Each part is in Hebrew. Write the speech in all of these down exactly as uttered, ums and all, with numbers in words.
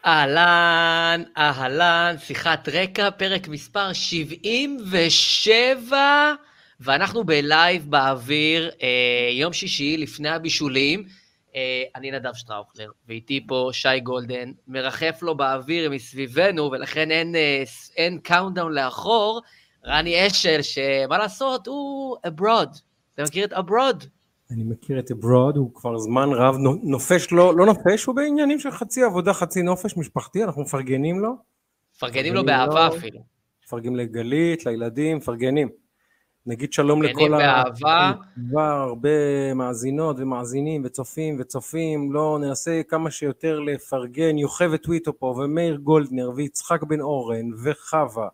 אהלן, אהלן, שיחת רקע, פרק מספר שבעים ושבע, ואנחנו בלייב באוויר, אה, יום שישי לפני הבישולים. אה, אני נדב שטראוכלר, ואיתי פה שי גולדן, מרחף לו באוויר מסביבנו, ולכן אין, אה, אין קאונטדאון לאחור. רני אשל, שמה לעשות, הוא abroad. אתה מכיר את abroad? אני מכיר את אברוד, הוא כבר זמן רב נופש לו, לא נופש, הוא בעניינים של חצי עבודה, חצי נופש משפחתי, אנחנו מפרגנים לו. מפרגנים לו באהבה אפילו. מפרגנים לגלית, לילדים, מפרגנים. נגיד שלום לכל באהבה. כבר הרבה מאזינות ומאזינים וצופים וצופים, לא ננסה כמה שיותר לפרגן, יוכב טוויטו פה, ומאיר גולדנר, ויצחק בן אורן, וחווה,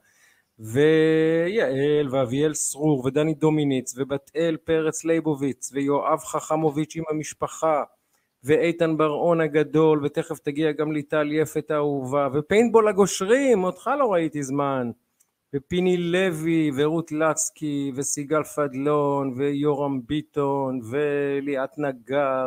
ויעל ואביאל סרור ודני דומיניץ ובת אל פרץ ליבוביץ ויואב חכמוביץ' עם המשפחה ואיתן ברעון הגדול, ותכף תגיע גם ליטל יפת האהובה, ופיינטבול הגושרים, אותך לא ראיתי זמן, ופיני לוי ורות לצקי וסיגל פדלון ויורם ביטון וליאת נגר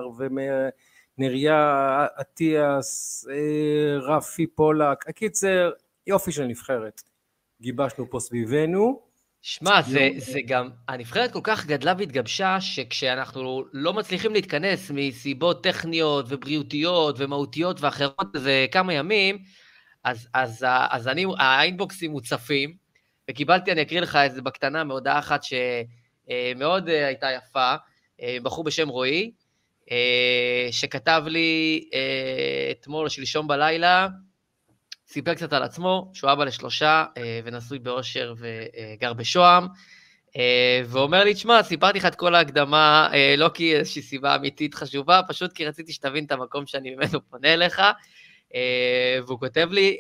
ונריה עטיאס, רפי פולק. הקיצר, יופי של נבחרת גיבשנו פה סביבנו. שמע, זה, זה גם, הנבחרת כל כך גדלה והתגבשה, שכשאנחנו לא מצליחים להתכנס מסיבות טכניות ובריאותיות ומהותיות ואחרות, זה כמה ימים, אז, אז, אז אני, האינבוקסים מוצפים, וקיבלתי, אני אקריא לך את זה בקטנה, מהודעה אחת שמאוד הייתה יפה, בחור בשם רועי, שכתב לי אתמול, שלשום בלילה, סיפר קצת על עצמו, שהוא אבא לשלושה, ונשוי באושר וגר בשוהם, ואומר לי, תשמע, סיפרתי לך את כל ההקדמה, לא כי איזושהי סיבה אמיתית חשובה, פשוט כי רציתי שתבין את המקום שאני ממנו פונה אליך, והוא כותב לי,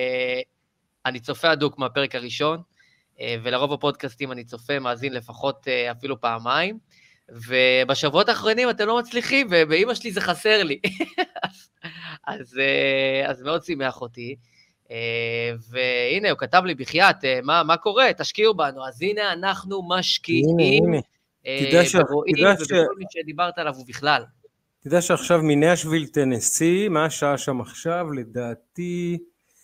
אני צופה הדוק מהפרק הראשון, ולרוב הפודקאסטים אני צופה, מאזין לפחות אפילו פעמיים, ובשבועות האחרונים אתם לא מצליחים, ובאמא שלי זה חסר לי. אז, אז מאוד שימח אותי. והנה, הוא כתב לי בחייאת, מה, מה קורה? תשקיעו בנו. אז הנה אנחנו משקיעים ברואים ובכל מי שדיברת עליו ובכלל. תדע שעכשיו מנשוויל טנסי, מה השעה שם עכשיו? לדעתי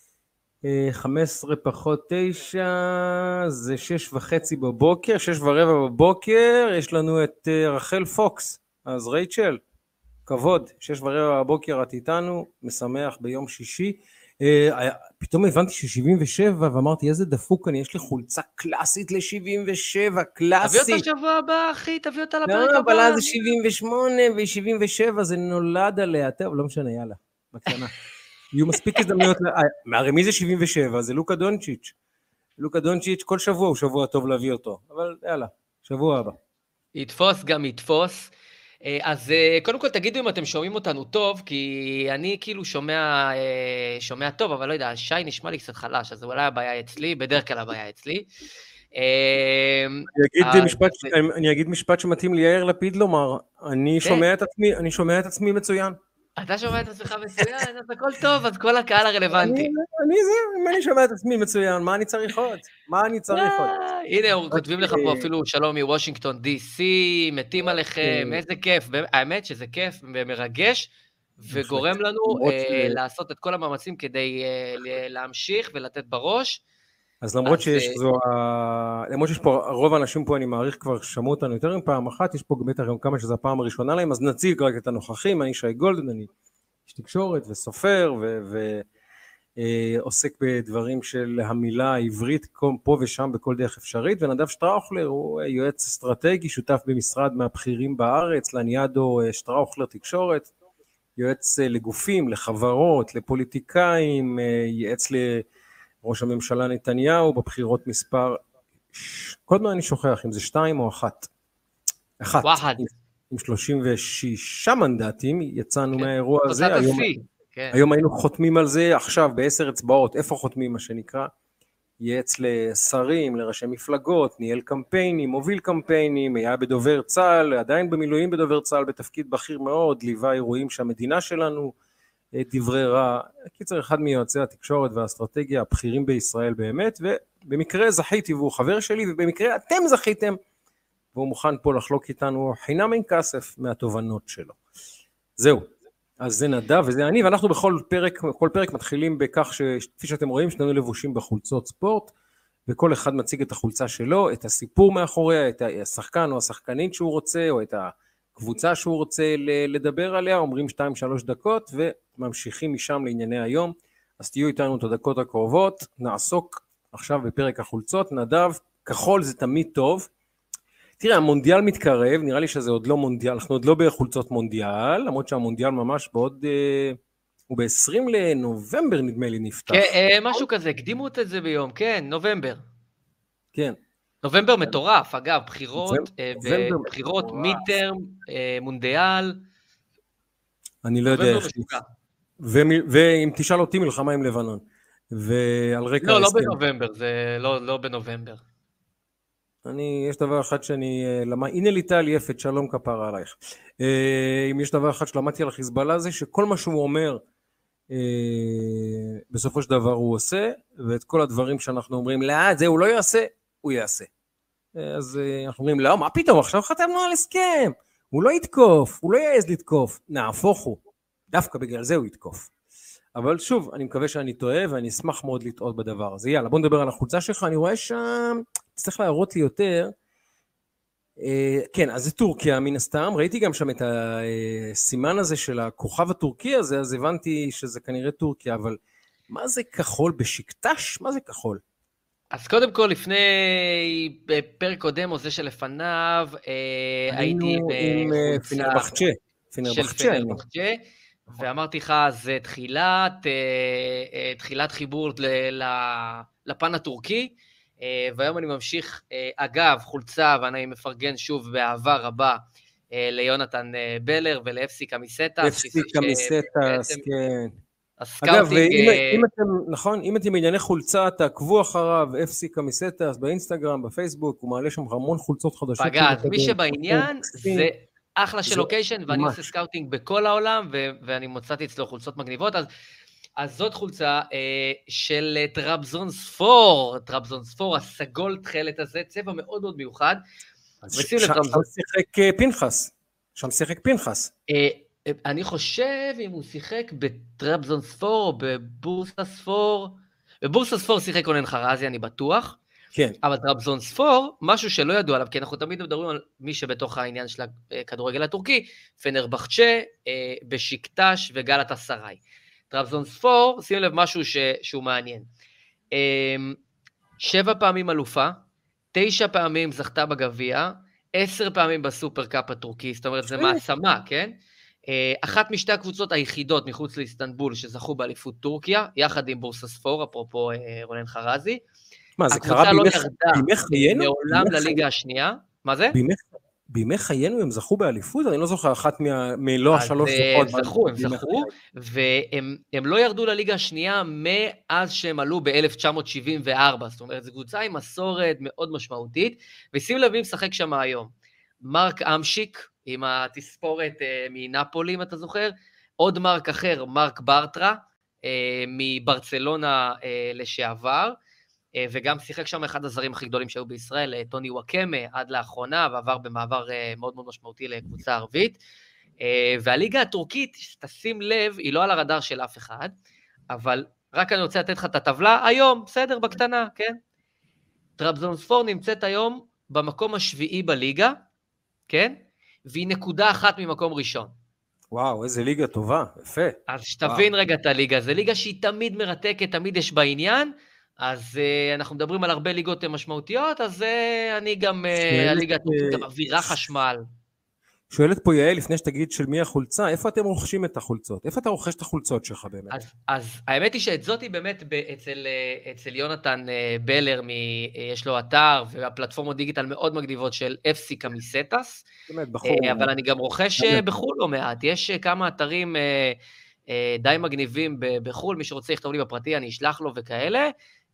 חמש עשרה פחות תשע, זה שש וחצי בבוקר, שש ורבע בבוקר, יש לנו את רחל פוקס. אז רייצ'ל, כבוד, שש ורבע בבוקר את איתנו, משמח ביום שישי. פתאום הבנתי ש-שבעים ושבע, ואמרתי, איזה דפוק אני, יש לי חולצה קלאסית ל-שבעים ושבע, קלאסית. תביא אותה שבוע הבא, אחי, תביא אותה לפרק הבא. לא, אבל אז זה שבעים ושמונה, ו-שבעים ושבע, זה נולד עליה. טוב, לא משנה, יאללה, בקטנה. יהיו מספיק הזדמנויות, הרי מי זה שבעים ושבע? זה לוקה דונצ'יץ'. לוקה דונצ'יץ', כל שבוע הוא שבוע טוב להביא אותו, אבל יאללה, שבוע הבא. יתפוס גם יתפוס. אז קודם כל תגידו אם אתם שומעים אותנו טוב, כי אני כאילו שומע, שומע טוב, אבל לא יודע, שי נשמע לי קצת חלש, אז אולי הבעיה אצלי, בדרך כלל הבעיה אצלי. אני אגיד משפט שמתאים לי יאיר לפיד לומר, אני שומע את עצמי, אני שומע את עצמי מצוין. אתה שומע את עצמך מצוין, אז הכל טוב, אז כל הקהל הרלוונטי. אני זה, אם אני שומע את עצמי מצוין, מה אני צריך עוד? מה אני צריך עוד? הנה, כותבים לך פה אפילו שלום מוושינגטון די סי, מתים עליכם, איזה כיף. האמת שזה כיף ומרגש, וגורם לנו לעשות את כל המאמצים כדי להמשיך ולתת בראש. אז למרות שיש זו, למרות שיש פה, רוב האנשים פה אני מעריך כבר שמעו אותנו יותר עם פעם אחת, יש פה באמת גם כמה שזו הפעם הראשונה להם, אז נציג רק את הנוכחים, אני שי גולדן, אני איש תקשורת וסופר, ועוסק בדברים של המילה העברית, פה ושם בכל דרך אפשרית, ונדב שטראוכלר הוא יועץ אסטרטגי, שותף במשרד מהבכירים בארץ, לניאדו שטראוכלר תקשורת, יועץ לגופים, לחברות, לפוליטיקאים, יועץ ל... ראש הממשלה נתניהו בבחירות מספר, קודם אני שוכח אם זה שתיים או אחת. אחת. וואחד. עם שלושים ושישה מנדטים, יצאנו כן. מהאירוע הזה. היום, כן. היום היינו חותמים על זה, עכשיו בעשר אצבעות, איפה חותמים מה שנקרא? ייעץ לשרים, לראשי מפלגות, ניהל קמפיינים, מוביל קמפיינים, היה בדובר צה"ל, עדיין במילואים בדובר צה"ל, בתפקיד בכיר מאוד, ליווה אירועים שהמדינה שלנו, דברי רע, קיצר אחד מיועצי התקשורת והאסטרטגיה הבכירים בישראל באמת, ובמקרה זכיתי והוא חבר שלי, ובמקרה אתם זכיתם, והוא מוכן פה לחלוק איתנו חינם אין כסף מהתובנות שלו. זהו, אז זה נדב וזה אני, ואנחנו בכל פרק, כל פרק מתחילים בכך שכפי שאתם רואים, שנינו לבושים בחולצות ספורט, וכל אחד מציג את החולצה שלו, את הסיפור מאחוריה, את השחקן או השחקנית שהוא רוצה, או את הקבוצה שהוא רוצה לדבר עליה, אומרים שתיים שלוש דקות, וממשיכים משם לענייני היום. אז תהיו איתנו את הדקות הקרובות, נעסוק עכשיו בפרק החולצות. נדב, כחול זה תמיד טוב. תראה, המונדיאל מתקרב, נראה לי שזה עוד לא מונדיאל, אנחנו עוד לא בחולצות מונדיאל, למרות שהמונדיאל ממש בעוד, אה, הוא ב-עשרים לנובמבר נדמה לי נפתח. כן, אה, משהו כזה, הקדימו את זה ביום, כן, נובמבר. כן. נובמבר מטורף, אגב, בחירות, אה, בחירות מיטרם, אה, מונדיאל. אני לא יודע איך. ואם תשאל אותי מלחמה עם לבנון. ועל רקע... לא, לא בנובמבר, זה לא, לא בנובמבר. אני, יש דבר אחד שאני, למה, הנה ליטל יפת, שלום כפרה עלייך. אם יש דבר אחד שלמדתי על החיזבאללה זה שכל מה שהוא אומר, בסופו של דבר הוא עושה, ואת כל הדברים שאנחנו אומרים, לא, זה הוא לא יעשה, הוא יעשה. אז אנחנו אומרים, לא, מה פתאום, עכשיו חתמנו על הסכם, הוא לא יתקוף, הוא לא יעז לתקוף, נהפוך הוא, דווקא בגלל זה הוא יתקוף. אבל שוב, אני מקווה שאני טועה, ואני אשמח מאוד לטעות בדבר הזה. יאללה, בוא נדבר על החולצה שלך, אני רואה שם, צריך להראות לי יותר. כן, אז זה טורקיה מן הסתם, ראיתי גם שם את הסימן הזה של הכוכב הטורקי הזה, אז הבנתי שזה כנראה טורקיה, אבל מה זה כחול בשקטש? מה זה כחול? אז קודם כל, לפני פרק קודם, או זה שלפניו, הייתי בחולצה של פנרבחצ'ה, ואמרתי לך, זה תחילת, תחילת חיבור לפן הטורקי, והיום אני ממשיך, אגב, חולצה, ואני מפרגן שוב באהבה רבה, ליונתן בלר ולאפסי קמיסטס. אפסי קמיסטס, כן. אגב, אם אתם, נכון, אם אתם בענייני חולצה, תעקבו אחריו, אפסי קמיסטס, באינסטגרם, בפייסבוק, הוא מעלה שם המון חולצות חדשות. פגז, מי שבעניין, זה אחלה של לוקיישן, ואני עושה סקאוטינג בכל העולם, ואני מוצאתי אצלו חולצות מגניבות, אז אז זאת חולצה אה, של טרבזונספור, טרבזונספור, הסגול תחלת הזה, צבע מאוד מאוד מיוחד. שם שיחק פנחס, שם שיחק פנחס. אה, אני חושב אם הוא שיחק בטרבזונספור או בבורסספור, בבורסספור שיחק קונן חרזי, אני בטוח. כן. אבל טרבזונספור, משהו שלא ידעו עליו, כי אנחנו תמיד מדברים על מי שבתוך העניין של הכדורגל הטורקי, פנרבחצ'ה, אה, בשקטש וגלאטסראי. טרבזונספור, שים לב משהו ש... שהוא מעניין. שבע פעמים אלופה, תשע פעמים זכתה בגביע, עשר פעמים בסופר קאפ הטורקי, זאת אומרת, זה מעצמה, כן? אחת משתי הקבוצות היחידות מחוץ לאיסטנבול שזכו באליפות טורקיה, יחד עם בורסספור, אפרופו רונן חרזי. מה, זה קרה בימי חיינו? מעולם לליגה השנייה. מה זה? בימי חיינו הם זכו באליפות? אני לא זוכר אחת מלא השלוש זכות. הם זכו, הם זכו, והם לא ירדו לליגה השנייה מאז שהם עלו ב-אלף תשע מאות שבעים וארבע, זאת אומרת, זו קבוצה עם מסורת מאוד משמעותית, ושים לב מי משחק שם היום. מרק אמשיק, עם התספורת מנפולי, אם אתה זוכר, עוד מרק אחר, מרק ברטרה, מברצלונה לשעבר, וגם שיחק שם אחד הזרים הכי גדולים שהיו בישראל, טוני וואקמה, עד לאחרונה, ועבר במעבר מאוד מאוד משמעותי לקבוצה ערבית. והליגה הטורקית, תשים לב, היא לא על הרדאר של אף אחד, אבל רק אני רוצה לתת לך את הטבלה, היום, בסדר, בקטנה, כן? טרבזונספור נמצאת היום במקום השביעי בליגה, כן? והיא נקודה אחת ממקום ראשון. וואו, איזה ליגה טובה, יפה. אז שתבין רגע את הליגה, זו ליגה שהיא תמיד מרתקת, תמיד יש בה עניין, אז uh, אנחנו מדברים על הרבה ליגות משמעותיות, אז uh, אני גם, uh, הליגה הטורקית גם אווירה חשמל. שואלת פה יעל, לפני שתגיד של מי החולצה, איפה אתם רוכשים את החולצות? איפה אתה רוכש את החולצות שלך באמת? אז, אז האמת היא שאת זאת היא באמת אצל, אצל יונתן בלר, מ, יש לו אתר והפלטפורמות דיגיטל מאוד מגניבות של אפסי קמיסטס, באמת, בחור. אבל אני גם רוכש בחול לא מעט, יש כמה אתרים די מגניבים בחול, מי שרוצה לכתוב לי בפרטי אני אשלח לו וכאלה,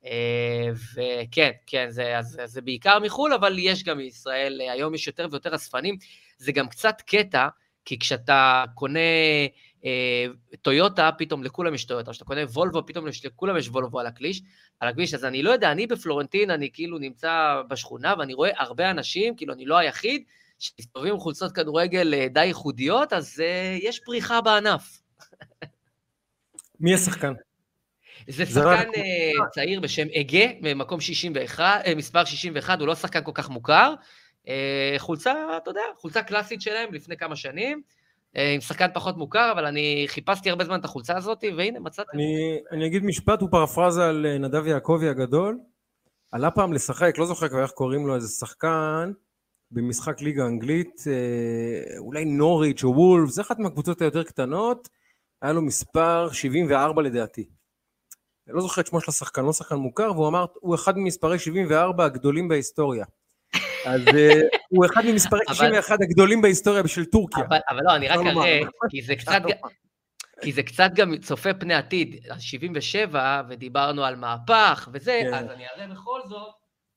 וכן, כן, זה, זה, זה בעיקר מחול, אבל יש גם מישראל, היום יש יותר ויותר אספנים, זה גם קצת קטע, כי כשאתה קונה אה, טויוטה, פתאום לכולם יש טויוטה, כשאתה קונה וולבו, פתאום לכולם יש וולבו על הכביש, על הכביש, אז אני לא יודע, אני בפלורנטין, אני כאילו נמצא בשכונה, ואני רואה הרבה אנשים, כאילו אני לא היחיד, שמסתובבים חולצות כדורגל די ייחודיות, אז אה, יש פריחה בענף. מי השחקן? זה שחקן צעיר בשם אגה, במקום שישים ואחת, מספר שישים ואחת, הוא לא שחקן כל כך מוכר, חולצה, אתה יודע, חולצה קלאסית שלהם לפני כמה שנים, עם שחקן פחות מוכר, אבל אני חיפשתי הרבה זמן את החולצה הזאת, והנה מצאתי. אני, אני אגיד משפט, הוא פרפרזה על נדב יעקבי הגדול, עלה פעם לשחק, לא זוכר כבר איך קוראים לו, איזה שחקן, במשחק ליגה אנגלית, אולי נוריץ' או וולף, זה אחת מהקבוצות היותר קטנות, היה לו מספר שבעים וארבע לדעתי. אני לא זוכר את שמו של השחקן, לא שחקן מוכר, והוא אמר, הוא אחד ממספרי שבעים וארבע הגדולים בהיסטוריה. אז הוא אחד ממספרי תשעים ואחת הגדולים בהיסטוריה בשביל טורקיה. אבל לא, אני רק אראה, כי זה קצת גם צופה פני עתיד, שבעים ושבע, ודיברנו על מהפך וזה, אז אני אראה בכל זאת.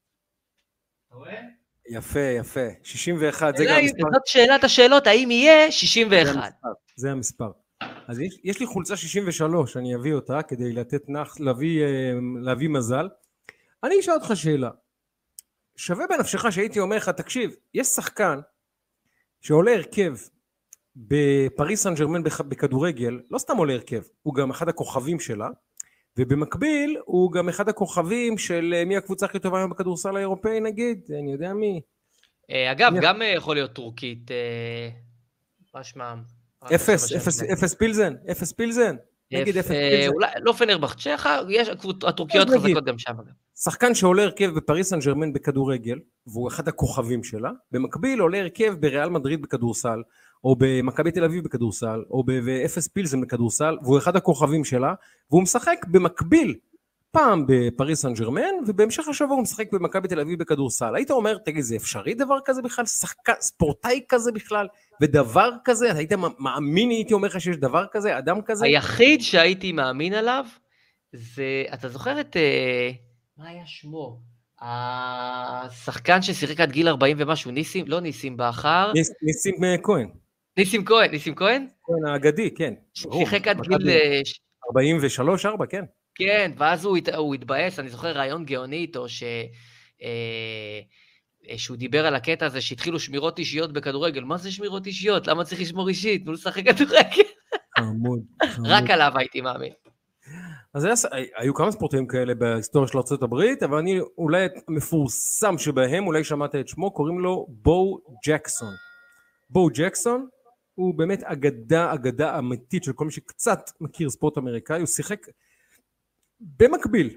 אתה רואה? יפה, יפה. שישים ואחת, זה גם המספר. זאת שאלת השאלות, האם יהיה שישים ואחת? זה המספר. אז יש, יש לי חולצה שישים ושלוש, אני אביא אותה כדי לתת נח, להביא, להביא מזל. אני אשאל אותך שאלה. שווה בנפשך שהייתי אומר לך, תקשיב, יש שחקן שעולה הרכב בפריס סן ז'רמן בכדורגל, לא סתם עולה הרכב, הוא גם אחד הכוכבים שלה, ובמקביל הוא גם אחד הכוכבים של מי הקבוצה הכי טובה היום בכדורסל האירופאי, נגיד, אני יודע מי. אגב, גם יכול להיות טורקית, מה שמם? אפס, אפס, אפס פילזן, אפס פילזן, נגיד אפס פילזן. אולי לא פנרבחצ'ה, יש הטורקיות חזקות גם שם. שחקן שעולה הרכב בפריס סן ז'רמן בכדורגל, והוא אחד הכוכבים שלה, במקביל עולה הרכב בריאל מדריד בכדורסל, או במכבי תל אביב בכדורסל, או באפס פילזן בכדורסל, והוא אחד הכוכבים שלה, והוא משחק במקביל, פעם בפריס סן ז'רמן, ובהמשך השבוע הוא משחק במכבי תל אביב בכדורסל. היית אומר, תגיד, זה אפשרי דבר כזה בכלל? שחקן, ספורטאי כזה בכלל? ודבר כזה? היית מאמין, הייתי אומר לך שיש דבר כזה, אדם כזה? היחיד שהייתי מאמין עליו, זה, אתה זוכר את, מה היה שמו? השחקן ששיחק עד גיל ארבעים ומשהו, ניסים, לא ניסים באחר. ניסים כהן. ניסים כהן, ניסים כהן? כהן האגדי, כן. שיחק עד גיל... ארבעים ושלוש ארבע, כן. כן, ואז הוא, הוא התבאס, אני זוכר רעיון גאוני איתו, ש... שהוא דיבר על הקטע הזה, שהתחילו שמירות אישיות בכדורגל. מה זה שמירות אישיות? למה צריך לשמור אישית? תנו לשחק כדורגל. חמוד. רק עליו הייתי מאמין. אז היה, היו כמה ספורטאים כאלה בהיסטוריה של ארצות הברית, אבל אני אולי המפורסם שבהם, אולי שמעת את שמו, קוראים לו בו ג'קסון. בו ג'קסון הוא באמת אגדה, אגדה אמיתית של כל מי שקצת מכיר ספורט אמריקאי, הוא שיחק במקביל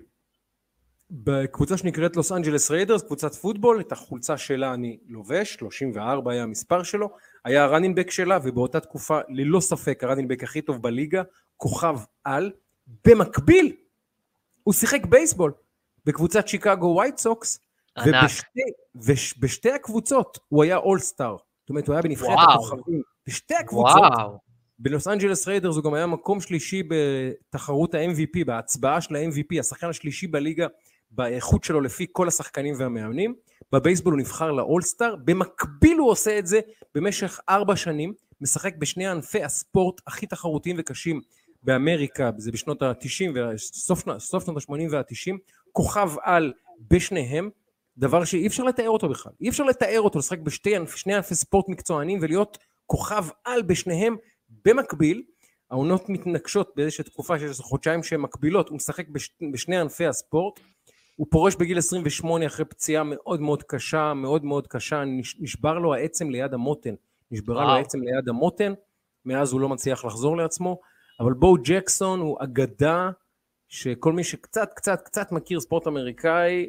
בקבוצה שנקראת לוס אנג'לס ריידרס, קבוצת פוטבול, את החולצה שלה אני לובש, שלושים וארבע היה המספר שלו, היה הרנינבק שלה, ובאותה תקופה ללא ספק הרנינבק הכי טוב בליגה, כוכב על, במקביל הוא שיחק בייסבול בקבוצת שיקגו ווייט סוקס, ובשתי, ובשתי הקבוצות הוא היה אול-סטאר, זאת אומרת הוא היה בנבחרת הכוכבים, בשתי הקבוצות, וואו. בלוס אנג'לס ריידרס הוא גם היה מקום שלישי בתחרות ה-אם וי פי, בהצבעה של ה-אם וי פי, השחקן השלישי בליגה, באיכות שלו לפי כל השחקנים והמאמנים, בבייסבול הוא נבחר לאול-סטאר, במקביל הוא עושה את זה במשך ארבע שנים, משחק בשני ענפי הספורט הכי תחרותיים וקשים באמריקה, זה בשנות ה-תשעים, סוף שנות ה-שמונים וה-תשעים, כוכב על בשניהם, דבר שאי אפשר לתאר אותו בכלל, אי אפשר לתאר אותו, לשחק בשני ענפי ספורט מקצוענים, ולהיות כוכב על בשניהם, במקביל, העונות מתנגשות באיזושהי תקופה של חודשיים שהן מקבילות, הוא משחק בשני ענפי הספורט, הוא פורש בגיל עשרים ושמונה אחרי פציעה מאוד מאוד קשה, מאוד מאוד קשה, נשבר לו העצם ליד המותן, נשברה לו העצם ליד המותן, מאז הוא לא מצליח לחזור לעצמו, אבל בו ג'קסון הוא אגדה, שכל מי שקצת קצת קצת מכיר ספורט אמריקאי,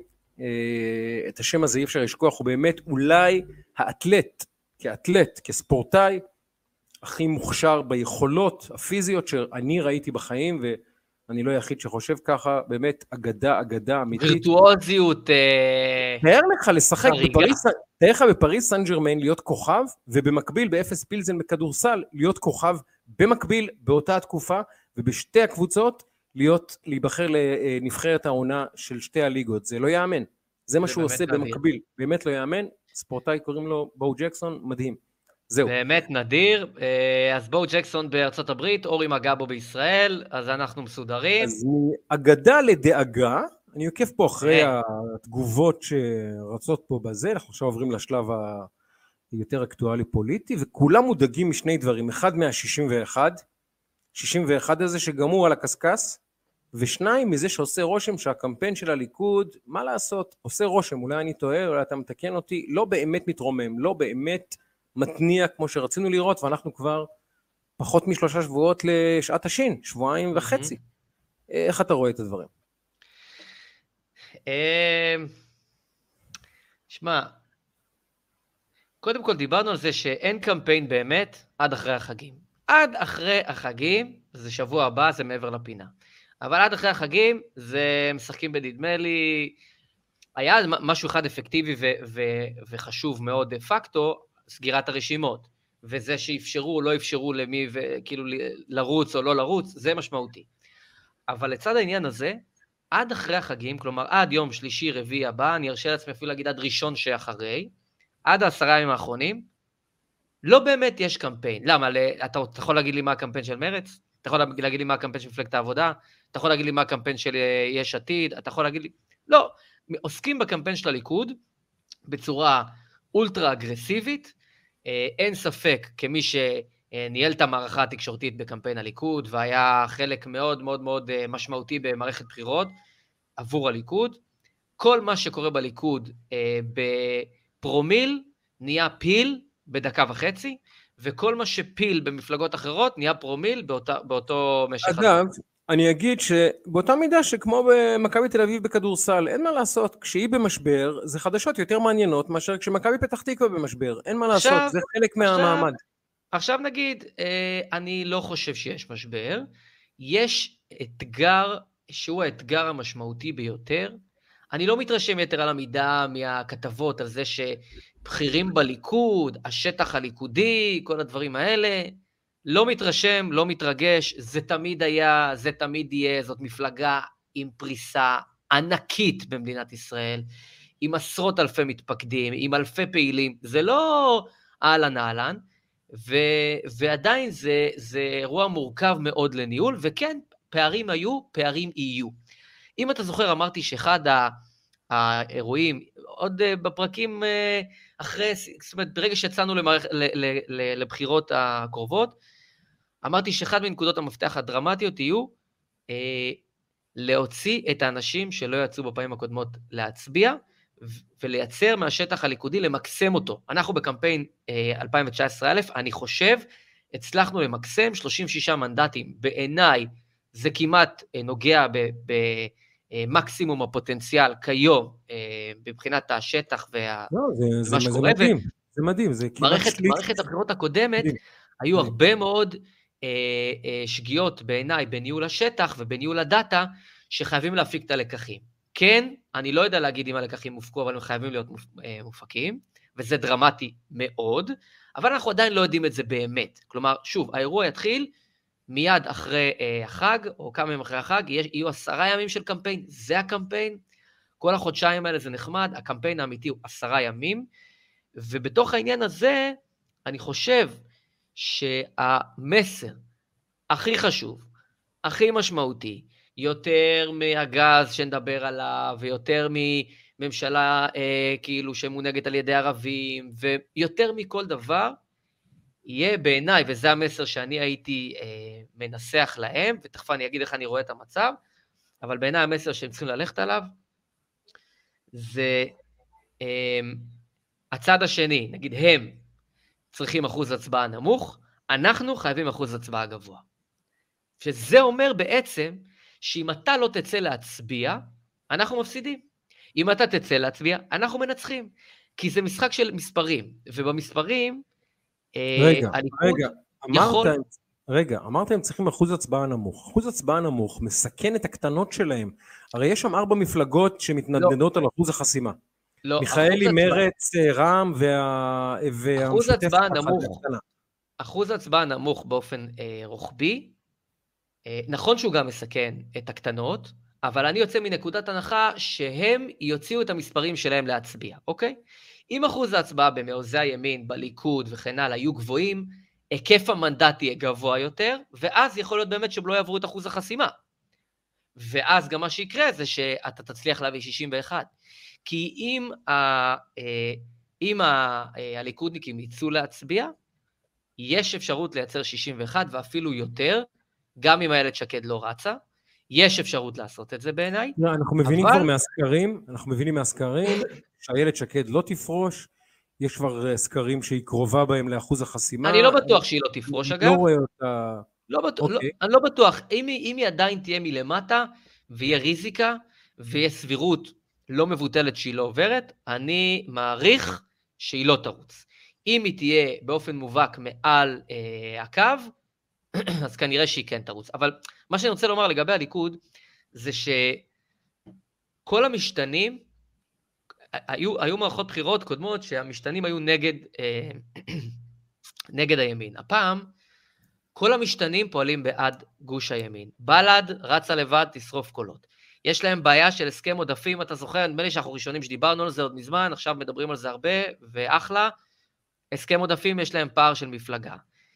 את השם הזה אי אפשר לשכוח, הוא באמת אולי האתלט, כאתלט, כספורטאי, הכי מוכשר ביכולות הפיזיות שאני ראיתי בחיים, ואני לא היחיד שחושב ככה, באמת אגדה, אגדה אמיתית. וירטואוזיות. תאר לך לשחק בפריס, תאר לך בפריס סן ז'רמן להיות כוכב, ובמקביל באפס פילזן בכדורסל להיות כוכב, במקביל באותה התקופה, ובשתי הקבוצות להיות, להיבחר לנבחרת העונה של שתי הליגות. זה לא יאמן. זה מה שהוא עושה במקביל. באמת לא יאמן. ספורטאי קוראים לו בו ג'קסון, מדהים. זהו. באמת נדיר, אז בו ג'קסון בארצות הברית, אורי מגבו בישראל, אז אנחנו מסודרים. אז מאגדה לדאגה, אני עוקב פה אחרי התגובות שרצות פה בזה, אנחנו עכשיו עוברים לשלב היותר אקטואלי פוליטי, וכולם מודאגים משני דברים, אחד מה-שישים ואחת, שישים ואחת הזה שגמור על הקסקס, ושניים מזה שעושה רושם שהקמפיין של הליכוד, מה לעשות, עושה רושם, אולי אני טועה, אולי אתה מתקן אותי, לא באמת מתרומם, לא באמת מתניע כמו שרצינו לראות, ואנחנו כבר פחות משלושה שבועות לשעת השין, שבועיים וחצי. איך אתה רואה את הדברים? שמע, קודם כל דיברנו על זה שאין קמפיין באמת עד אחרי החגים. עד אחרי החגים, זה שבוע הבא, זה מעבר לפינה. אבל עד אחרי החגים, זה משחקים בנדמה לי, היה משהו אחד אפקטיבי ו- ו- וחשוב מאוד דה פקטו, סגירת הרשימות, וזה שאפשרו או לא אפשרו למי, וכאילו לרוץ או לא לרוץ, זה משמעותי. אבל לצד העניין הזה, עד אחרי החגים, כלומר עד יום שלישי, רביעי הבא, אני ארשה לעצמי אפילו להגיד עד ראשון שאחרי, עד העשרה ימים האחרונים, לא באמת יש קמפיין. למה? אתה יכול להגיד לי מה הקמפיין של מרץ? אתה יכול להגיד לי מה הקמפיין של מפלגת העבודה? אתה יכול להגיד לי מה הקמפיין של יש עתיד? אתה יכול להגיד לי... לא, עוסקים בקמפיין של הליכוד בצורה אולטרה אגרסיבית, אין ספק כמי שניהל את המערכה התקשורתית בקמפיין הליכוד, והיה חלק מאוד מאוד מאוד משמעותי במערכת בחירות עבור הליכוד. כל מה שקורה בליכוד בפרומיל נהיה פיל בדקה וחצי, וכל מה שפיל במפלגות אחרות נהיה פרומיל באותה, באותו משך. אגב, אני אגיד שבאותה מידה שכמו במכבי תל אביב בכדורסל, אין מה לעשות, כשהיא במשבר, זה חדשות יותר מעניינות מאשר כשמכבי פתח תקווה במשבר, אין מה לעשות, עכשיו, זה חלק מהמעמד. עכשיו נגיד, אני לא חושב שיש משבר, יש אתגר שהוא האתגר המשמעותי ביותר, אני לא מתרשם יותר על המידה מהכתבות על זה שבחירים בליכוד, השטח הליכודי, כל הדברים האלה, לא מתרשם, לא מתרגש, זה תמיד היה, זה תמיד יהיה, זאת מפלגה עם פריסה ענקית במדינת ישראל, עם עשרות אלפי מתפקדים, עם אלפי פעילים, זה לא אהלן אהלן, ו- ועדיין זה, זה אירוע מורכב מאוד לניהול, וכן, פערים היו, פערים יהיו. אם אתה זוכר, אמרתי שאחד האירועים, עוד בפרקים אחרי, זאת אומרת, ברגע שיצאנו למערכ... לבחירות הקרובות, אמרתי שאחד מנקודות המפתח הדרמטיות יהיו אה, להוציא את האנשים שלא יצאו בפעמים הקודמות להצביע, ולייצר מהשטח הליכודי, למקסם אותו. אנחנו בקמפיין אה, אלפיים תשע עשרה א', אני חושב, הצלחנו למקסם שלושים ושישה מנדטים. בעיניי זה כמעט אה, נוגע ב... ב מקסימום הפוטנציאל כיום, בבחינת השטח ומה שקורה. זה מדהים, זה מדהים, זה כמעט שליש. מערכת הבחירות הקודמת, היו הרבה מאוד שגיאות בעיניי, בניהול השטח ובניהול הדאטה, שחייבים להפיק את הלקחים. כן, אני לא יודע להגיד אם הלקחים מופקו, אבל הם חייבים להיות מופקים, וזה דרמטי מאוד, אבל אנחנו עדיין לא יודעים את זה באמת. כלומר, שוב, האירוע יתחיל, מיד אחרי אה, החג, או כמה ימים אחרי החג, יש, יהיו עשרה ימים של קמפיין, זה הקמפיין, כל החודשיים האלה זה נחמד, הקמפיין האמיתי הוא עשרה ימים, ובתוך העניין הזה, אני חושב שהמסר הכי חשוב, הכי משמעותי, יותר מהגז שנדבר עליו, ויותר מממשלה אה, כאילו שמונהגת על ידי ערבים, ויותר מכל דבר, יהיה בעיניי, וזה המסר שאני הייתי אה, מנסח להם, ותכף אני אגיד איך אני רואה את המצב, אבל בעיניי המסר שהם צריכים ללכת עליו, זה אה, הצד השני, נגיד הם צריכים אחוז הצבעה נמוך, אנחנו חייבים אחוז הצבעה גבוה. שזה אומר בעצם, שאם אתה לא תצא להצביע, אנחנו מפסידים. אם אתה תצא להצביע, אנחנו מנצחים. כי זה משחק של מספרים, ובמספרים, רגע, רגע, אמרת, רגע, אמרת הם צריכים אחוז הצבעה נמוך. אחוז הצבעה נמוך מסכן את הקטנות שלהם. הרי יש שם ארבע מפלגות שמתנדנדות על אחוז החסימה. מיכאלי, מרץ, רע"מ והמשותפת. אחוז הצבעה נמוך, אחוז הצבעה נמוך באופן רוחבי, נכון שהוא גם מסכן את הקטנות, אבל אני יוצא מנקודת הנחה שהם יוציאו את המספרים שלהם להצביע, אוקיי? אם אחוז ההצבעה במעוזי הימין, בליכוד וכן הלאה, היו גבוהים, היקף המנדט יהיה גבוה יותר, ואז יכול להיות באמת שהם לא יעברו את אחוז החסימה. ואז גם מה שיקרה זה שאתה תצליח להביא שישים ואחת. כי אם, ה, אם ה, הליכודניקים יצאו להצביע, יש אפשרות לייצר שישים ואחת ואפילו יותר, גם אם איילת שקד לא רצה, יש אפשרות לעשות את זה בעיניי. לא, אנחנו מבינים אבל... כבר מהסקרים, אנחנו מבינים מהסקרים שאיילת שקד לא תפרוש, יש כבר סקרים שהיא קרובה בהם לאחוז החסימה. אני לא בטוח שהיא לא תפרוש, אגב. לא רואה אותה... לא בטוח, okay. לא, אני לא בטוח. אם היא, אם היא עדיין תהיה מלמטה, ויהיה ריזיקה, ויהיה סבירות לא מבוטלת שהיא לא עוברת, אני מעריך שהיא לא תרוץ. אם היא תהיה באופן מובהק מעל אה, הקו, אז כנראה שהיא כן תרוץ. אבל מה שאני רוצה לומר לגבי הליכוד, זה שכל המשתנים, היו, היו מערכות בחירות קודמות שהמשתנים היו נגד, אה, נגד הימין. הפעם, כל המשתנים פועלים בעד גוש הימין. בל"ד רצה לבד, תשרוף קולות. יש להם בעיה של הסכם עודפים, אתה זוכר, נדמה לי שאנחנו ראשונים שדיברנו על זה עוד מזמן, עכשיו מדברים על זה הרבה, ואחלה. הסכם עודפים יש להם פער של מפלגה.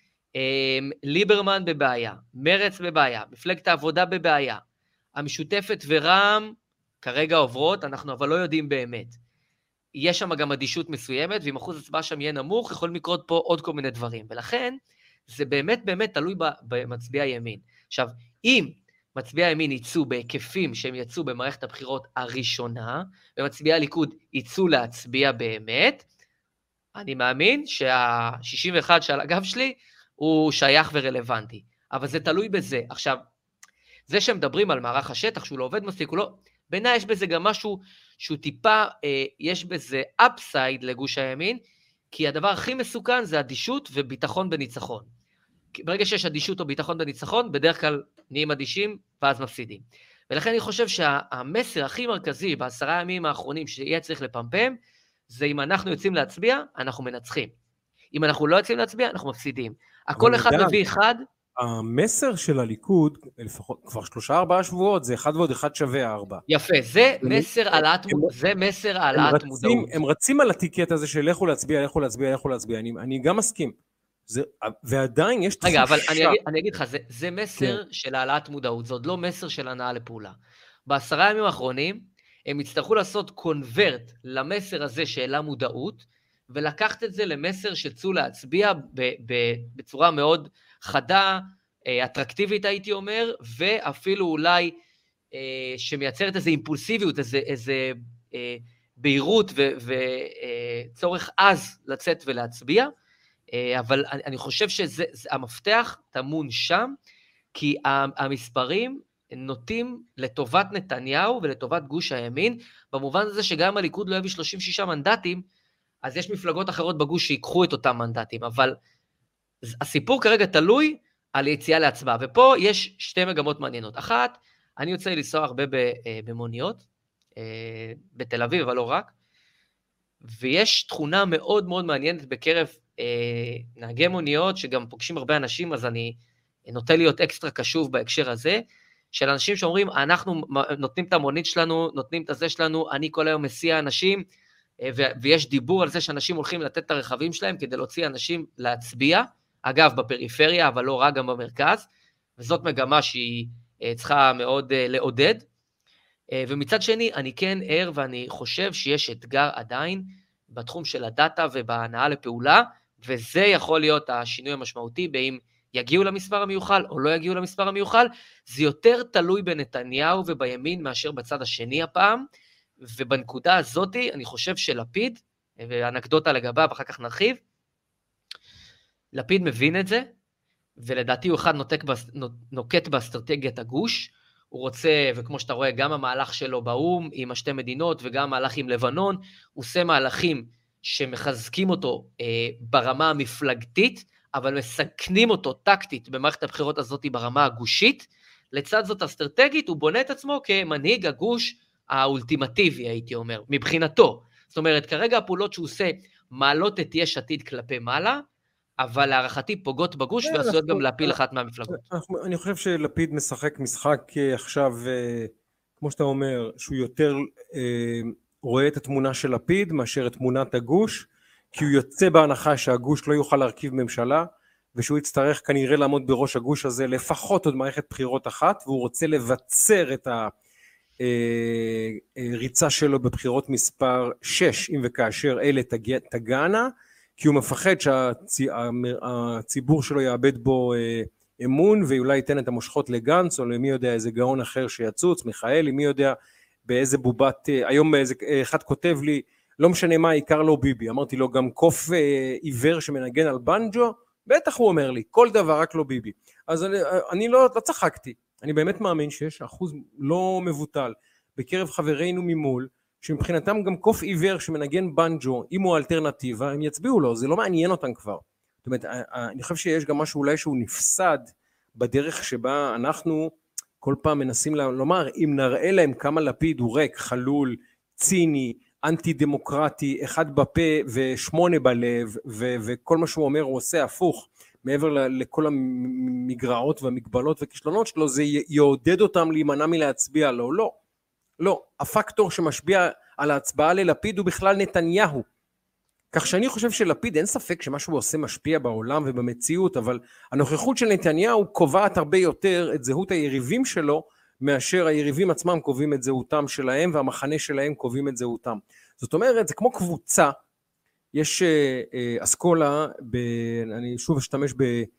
ליברמן בבעיה, מרץ בבעיה, מפלגת העבודה בבעיה. המשותפת ורע"מ כרגע עוברות, אנחנו אבל לא יודעים באמת. יש שם גם אדישות מסוימת, ואם אחוז הצבעה שם יהיה נמוך, יכולים לקרות פה עוד כל מיני דברים. ולכן, זה באמת באמת תלוי במצביע הימין. עכשיו, אם מצביע הימין ייצאו בהיקפים שהם יצאו במערכת הבחירות הראשונה, ומצביע הליכוד ייצאו להצביע באמת, אני מאמין שה-שישים ואחת שעל הגב שלי, הוא שייך ורלוונטי. אבל זה תלוי בזה. עכשיו, זה שמדברים על מערך השטח, שהוא לא עובד מספיק, הוא לא... בעיניי יש בזה גם משהו שהוא טיפה, אה, יש בזה אפסייד לגוש הימין, כי הדבר הכי מסוכן זה אדישות וביטחון בניצחון. ברגע שיש אדישות או ביטחון בניצחון, בדרך כלל נהיים אדישים ואז מפסידים. ולכן אני חושב שהמסר הכי מרכזי בעשרה ימים האחרונים שיהיה צריך לפמפם, זה אם אנחנו יוצאים להצביע, אנחנו מנצחים. אם אנחנו לא יוצאים להצביע, אנחנו מפסידים. הכל אחד מביא אחד. המסר של הליכוד, לפחות כבר שלושה ארבעה שבועות, זה אחד ועוד אחד שווה ארבע. יפה, זה מסר העלאת מודעות. זה מסר העלאת מודעות. הם רצים על הטיקט הזה של לכו להצביע, לכו להצביע, לכו להצביע. אני, אני גם מסכים. זה, ועדיין יש תחושה. רגע, אבל אני אגיד, אני אגיד לך, זה, זה מסר כן. של העלאת מודעות, זה עוד לא מסר של הנעה לפעולה. בעשרה ימים האחרונים, הם יצטרכו לעשות קונברט למסר הזה שאלה מודעות, ולקחת את זה למסר שצאו להצביע ב, ב, בצורה מאוד חדה, אטרקטיבית הייתי אומר, ואפילו אולי אה, שמייצרת איזו אימפולסיביות, איזו, איזו אה, בהירות וצורך אה, עז לצאת ולהצביע, אה, אבל אני, אני חושב שהמפתח טמון שם, כי המספרים נוטים לטובת נתניהו ולטובת גוש הימין, במובן הזה שגם הליכוד לא יביא שלושים ושישה מנדטים, אז יש מפלגות אחרות בגוש שיקחו את אותם מנדטים, אבל הסיפור כרגע תלוי על יציאה להצבעה, ופה יש שתי מגמות מעניינות. אחת, אני יוצא לנסוע הרבה במוניות, בתל אביב, אבל לא רק, ויש תכונה מאוד מאוד מעניינת בקרב נהגי מוניות, שגם פוגשים הרבה אנשים, אז אני נוטה להיות אקסטרה קשוב בהקשר הזה, של אנשים שאומרים, אנחנו נותנים את המונית שלנו, נותנים את הזה שלנו, אני כל היום מסיע אנשים, ויש דיבור על זה שאנשים הולכים לתת את הרכבים שלהם, כדי להוציא אנשים להצביע, אגב, בפריפריה, אבל לא רק גם במרכז, וזאת מגמה שהיא צריכה מאוד לעודד, ומצד שני, אני כן ער, ואני חושב שיש אתגר עדיין, בתחום של הדאטה ובהנאה לפעולה, וזה יכול להיות השינוי המשמעותי, באם יגיעו למספר המיוחל או לא יגיעו למספר המיוחל, זה יותר תלוי בנתניהו ובימין מאשר בצד השני הפעם, ובנקודה הזאת אני חושב שלפיד, ואנקדוטה לגביו, אחר כך נרחיב, לפיד מבין את זה, ולדעתי הוא אחד נוקט, נוקט באסטרטגיית הגוש, הוא רוצה, וכמו שאתה רואה, גם המהלך שלו באום עם השתי מדינות, וגם המהלך עם לבנון, הוא עושה מהלכים שמחזקים אותו אה, ברמה המפלגתית, אבל מסכנים אותו טקטית במערכת הבחירות הזאת ברמה הגושית, לצד זאת אסטרטגית, הוא בונה את עצמו כמנהיג הגוש האולטימטיבי, הייתי אומר, מבחינתו. זאת אומרת, כרגע הפעולות שהוא עושה, מעלות את יש עתיד כלפי מעלה, אבל להערכתי פוגעות בגוש, ועשויות גם להפיל אחת מהמפלגות. אני חושב שלפיד משחק משחק עכשיו, כמו שאתה אומר, שהוא יותר רואה את התמונה של לפיד, מאשר את תמונת הגוש, כי הוא יוצא בהנחה שהגוש לא יוכל להרכיב ממשלה, ושהוא יצטרך כנראה לעמוד בראש הגוש הזה, לפחות עוד מערכת בחירות אחת, והוא רוצה לבצר את הריצה שלו בבחירות מספר שש, אם וכאשר אלה תגענה, כי הוא מפחד שהציבור שלו יאבד בו אמון, ואולי ייתן את המושכות לגנץ, או למי יודע איזה גאון אחר שיצוץ, מיכאלי, מי יודע באיזה בובת, היום באיזה, אחד כותב לי, לא משנה מה, העיקר לא ביבי, אמרתי לו גם קוף עיוור שמנגן על בנג'ו, בטח הוא אומר לי, כל דבר רק לא ביבי, אז אני, אני לא, לא צחקתי, אני באמת מאמין שיש אחוז לא מבוטל, בקרב חברינו ממול, שמבחינתם גם קוף עיוור שמנגן בנג'ו, אם הוא האלטרנטיבה, הם יצביעו לו, זה לא מעניין אותם כבר, זאת אומרת, אני חושב שיש גם משהו אולי שהוא נפסד, בדרך שבה אנחנו כל פעם מנסים לומר, אם נראה להם כמה לפיד הוא ריק, חלול, ציני, אנטי דמוקרטי, אחד בפה ושמונה בלב, ו- וכל מה שהוא אומר הוא עושה הפוך, מעבר לכל המגרעות והמגבלות וכישלונות שלו, זה יעודד אותם להימנע מלהצביע לו, לא, לא, הפקטור שמשפיע על ההצבעה ללפיד הוא בכלל נתניהו, כך שאני חושב שלפיד אין ספק שמה שהוא עושה משפיע בעולם ובמציאות, אבל הנוכחות של נתניהו קובעת הרבה יותר את זהות היריבים שלו, מאשר היריבים עצמם קובעים את זהותם שלהם, והמחנה שלהם קובעים את זהותם. זאת אומרת, זה כמו קבוצה, יש אה, אסכולה, ב, אני שוב אשתמש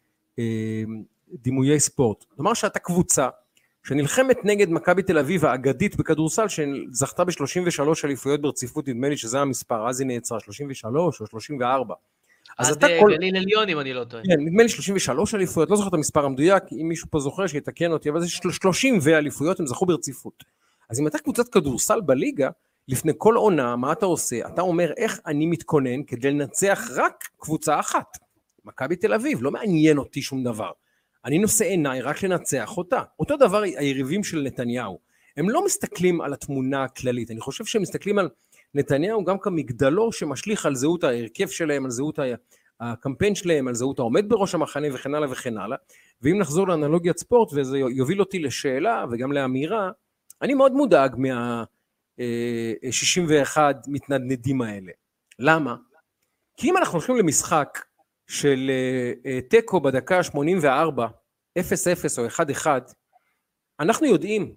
בדימויי ספורט, זאת אומרת שאתה קבוצה, שנלחמת נגד מכבי תל אביב האגדית בכדורסל, שזכתה ב-שלושים ושלוש אליפויות ברציפות, נדמה לי שזה המספר, אז היא נעצרה, שלושים ושלוש או שלושים וארבע. אז אתה כל... גליל עליון, אם אני לא טועה. כן, נדמה לי שלושים ושלוש אליפויות, לא זוכר את המספר המדויק, אם מישהו פה זוכר שיתקן אותי, אבל זה שלושים ואליפויות, הם זכו ברציפות. אז אם אתה קבוצת כדורסל בליגה, לפני כל עונה, מה אתה עושה? אתה אומר, איך אני מתכונן כדי לנצח רק קבוצה אחת? מכבי תל אביב, לא מעניין אותי שום דבר. אני נושא עיניי רק לנצח אותה. אותו דבר היריבים של נתניהו. הם לא מסתכלים על התמונה הכללית. אני חושב שהם מסתכלים על נתניהו גם כמגדלור שמשליך על זהות ההרכב שלהם, על זהות הקמפיין שלהם, על זהות העומד בראש המחנה וכן הלאה וכן הלאה. ואם נחזור לאנלוגיית ספורט, וזה יוביל אותי לשאלה וגם לאמירה, אני מאוד מודאג מה-שישים ואחת מתנדנדים האלה. למה? כי אם אנחנו הולכים למשחק, של טקו בדקה שמונים וארבע, אפס אפס או אחד אחד, אנחנו יודעים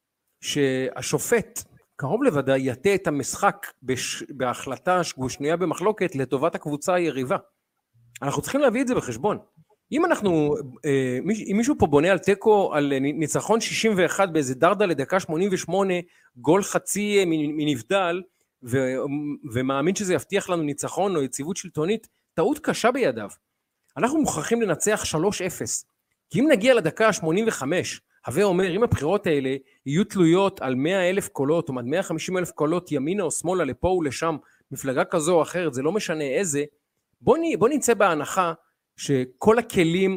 שהשופט קרוב לוודאי יטה את המשחק בש... בהחלטה שנויה במחלוקת לטובת הקבוצה היריבה. אנחנו צריכים להביא את זה בחשבון. אם אנחנו, אם מישהו פה בונה על טקו, על ניצחון שישים ואחת באיזה דרדה לדקה שמונים ושמונה, גול חצי מנבדל, ו... ומאמין שזה יבטיח לנו ניצחון או יציבות שלטונית, טעות קשה בידיו. אנחנו מוכרחים לנצח שלוש אפס. כי אם נגיע לדקה שמונים וחמש, הווה אומר, אם הבחירות האלה יהיו תלויות על מאה אלף קולות, או מאה וחמישים אלף קולות ימינה או שמאלה, לפה ולשם, מפלגה כזו או אחרת, זה לא משנה איזה, בוא, נ, בוא נמצא בהנחה שכל הכלים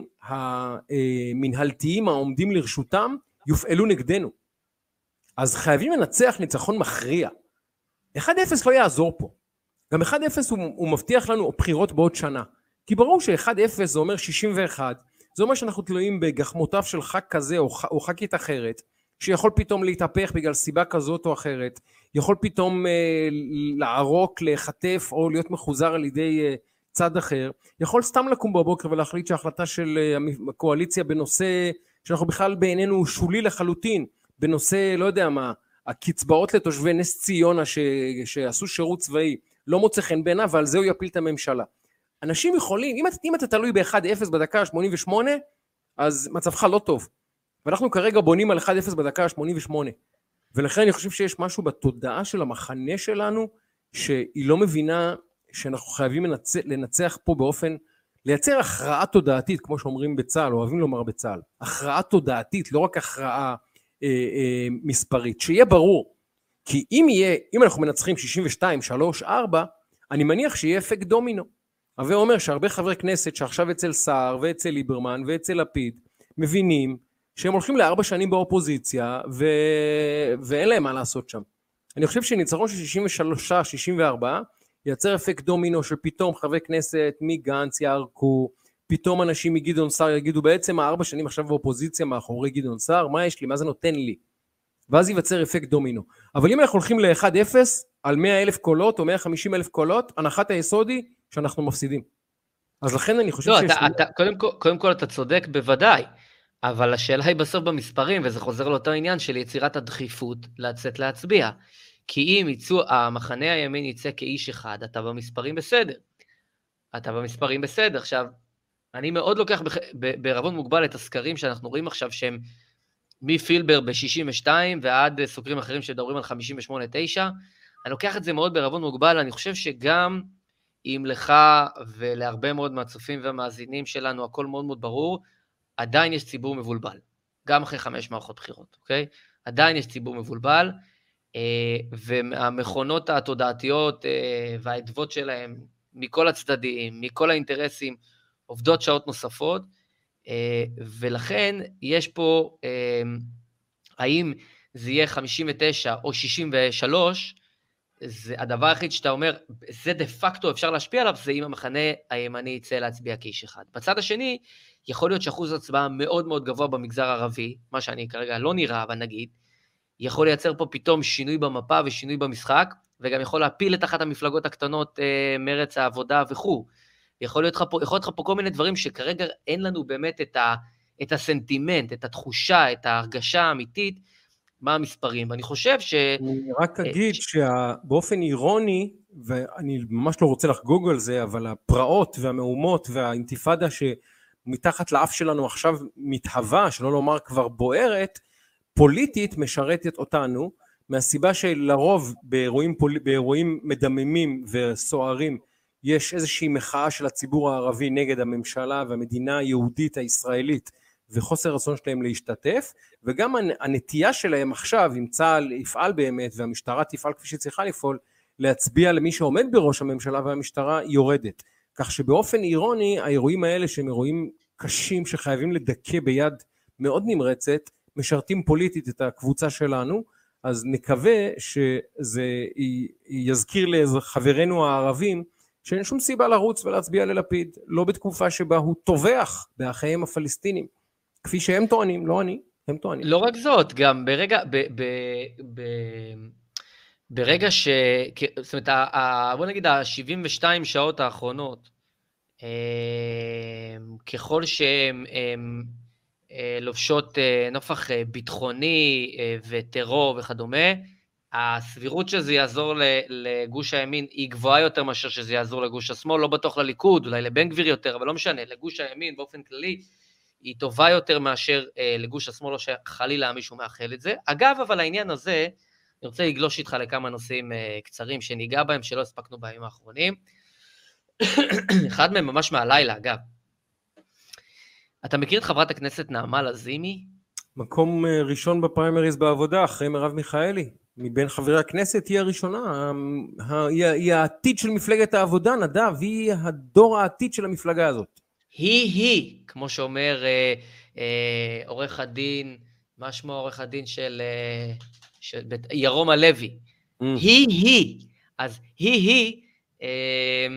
המנהלתיים העומדים לרשותם, יופעלו נגדנו. אז חייבים לנצח ניצחון מכריע. אחד אפס לא יעזור פה. גם אחד אפס הוא, הוא מבטיח לנו בחירות בעוד שנה. כי ברור ש-אחד אפס זה אומר שישים ואחת, זה אומר שאנחנו תלויים בגחמותיו של ח"כ כזה או, או ח"כית אחרת, שיכול פתאום להתהפך בגלל סיבה כזאת או אחרת, יכול פתאום אה, לערוק, לחטף או להיות מחוזר על ידי אה, צד אחר, יכול סתם לקום בבוקר ולהחליט שההחלטה של אה, הקואליציה בנושא שאנחנו בכלל בעינינו שולי לחלוטין, בנושא לא יודע מה, הקצבאות לתושבי נס ציונה ש, שעשו שירות צבאי, לא מוצא חן בעיניו, ועל זה הוא יפיל את הממשלה. אנשים יכולים, אם, אם אתה תלוי ב-אחד אפס בדקה ה-שמונים ושמונה, אז מצבך לא טוב. ואנחנו כרגע בונים על אחד אפס בדקה ה-שמונים ושמונה. ולכן אני חושב שיש משהו בתודעה של המחנה שלנו, שהיא לא מבינה שאנחנו חייבים לנצח, לנצח פה באופן, לייצר הכרעה תודעתית, כמו שאומרים בצה"ל, אוהבים לומר בצה"ל. הכרעה תודעתית, לא רק הכרעה אה, אה, מספרית. שיהיה ברור, כי אם יהיה, אם אנחנו מנצחים שישים ושתיים, שלוש, ארבע, אני מניח שיהיה אפקט דומינו. הווה אומר שהרבה חברי כנסת שעכשיו אצל סער ואצל ליברמן ואצל לפיד, מבינים שהם הולכים לארבע שנים באופוזיציה, ו... ואין להם מה לעשות שם. אני חושב שניצחון של שישים ושלוש, שישים וארבע, ייצר אפקט דומינו שפתאום חברי כנסת מגנץ יערקו, פתאום אנשים מגדעון סער יגידו, בעצם הארבע שנים עכשיו באופוזיציה מאחורי גדעון סער, מה יש לי, מה זה נותן לי? ואז ייווצר אפקט דומינו. אבל אם אנחנו הולכים ל-אחד אפס, על מאה אלף קולות או מאה וחמישים אלף קולות, הנחת היסוד היא שאנחנו מפסידים. אז לכן אני חושב לא, שיש... אתה, אתה, קודם, כל, קודם כל אתה צודק בוודאי, אבל השאלה היא בסוף במספרים, וזה חוזר לאותו עניין של יצירת הדחיפות לצאת להצביע. כי אם יצאו, המחנה הימין יצא כאיש אחד, אתה במספרים בסדר. אתה במספרים בסדר. עכשיו, אני מאוד לוקח בערבון מוגבל את הסקרים שאנחנו רואים עכשיו, שהם מפילבר ב-שישים ושתיים ועד סוקרים אחרים שמדברים על חמישים ושמונה תשע, אני לוקח את זה מאוד בערבון מוגבל, אני חושב שגם אם לך ולהרבה מאוד מהצופים והמאזינים שלנו, הכל מאוד מאוד ברור, עדיין יש ציבור מבולבל, גם אחרי חמש מערכות בחירות, אוקיי? עדיין יש ציבור מבולבל, והמכונות התודעתיות והעדבות שלהם, מכל הצדדים, מכל האינטרסים, עובדות שעות נוספות, ולכן יש פה, האם זה יהיה חמישים ותשע או שישים ושלוש, זה הדבר היחיד שאתה אומר, זה דה פקטו אפשר להשפיע עליו, זה אם המחנה הימני יצא להצביע כאיש אחד. בצד השני, יכול להיות שאחוז הצבעה מאוד מאוד גבוה במגזר הערבי, מה שאני כרגע לא נראה, אבל נגיד, יכול לייצר פה פתאום שינוי במפה ושינוי במשחק, וגם יכול להפיל את אחת המפלגות הקטנות, מרץ העבודה וכו'. יכול להיות פה, יכול להיות פה כל מיני דברים שכרגע אין לנו באמת את, ה, את הסנטימנט, את התחושה, את ההרגשה האמיתית, מה המספרים. ואני חושב ש... אני רק אגיד ש... שבאופן אירוני, ואני ממש לא רוצה לחגוג על זה, אבל הפרעות והמהומות והאינתיפאדה שמתחת לאף שלנו עכשיו מתהווה, שלא לומר כבר בוערת, פוליטית משרתת אותנו, מהסיבה שלרוב באירועים, פול... באירועים מדממים וסוערים, יש איזושהי מחאה של הציבור הערבי נגד הממשלה והמדינה היהודית הישראלית, וחוסר רצון שלהם להשתתף, וגם הנטייה שלהם עכשיו, אם צה"ל יפעל באמת, והמשטרה תפעל כפי שצריכה לפעול, להצביע למי שעומד בראש הממשלה והמשטרה, יורדת. כך שבאופן אירוני, האירועים האלה שהם אירועים קשים, שחייבים לדכא ביד מאוד נמרצת, משרתים פוליטית את הקבוצה שלנו, אז נקווה שזה יזכיר לחברינו הערבים, שאין שום סיבה לרוץ ולהצביע ללפיד, לא בתקופה שבה הוא טובח באחיהם הפלסטינים, כפי שהם טוענים, לא אני, הם טוענים. לא רק זאת, גם ברגע, ב, ב, ב, ברגע ש... זאת אומרת, בוא נגיד, ה-שבעים ושתיים שעות האחרונות, ככל שהן לובשות נופח ביטחוני וטרור וכדומה, הסבירות שזה יעזור לגוש הימין היא גבוהה יותר מאשר שזה יעזור לגוש השמאל, לא בטוח לליכוד, אולי לבן גביר יותר, אבל לא משנה, לגוש הימין באופן כללי, היא טובה יותר מאשר לגוש השמאל, לא שחלילה מישהו מאחל את זה. אגב, אבל העניין הזה, אני רוצה לגלוש איתך לכמה נושאים קצרים שניגע בהם, שלא הספקנו בימים האחרונים. אחד מהם ממש מהלילה, אגב. אתה מכיר את חברת הכנסת נעמה לזימי? מקום ראשון בפריימריז בעבודה, אחרי מרב מיכאלי. מבין חברי הכנסת היא הראשונה, היא העתיד של מפלגת העבודה, נדב, היא הדור העתיד של המפלגה הזאת. היא-היא, כמו שאומר אה, אה, עורך הדין, מה שמו עורך הדין של, אה, של בית, ירום הלוי, mm. היא-היא, אז היא-היא, אה,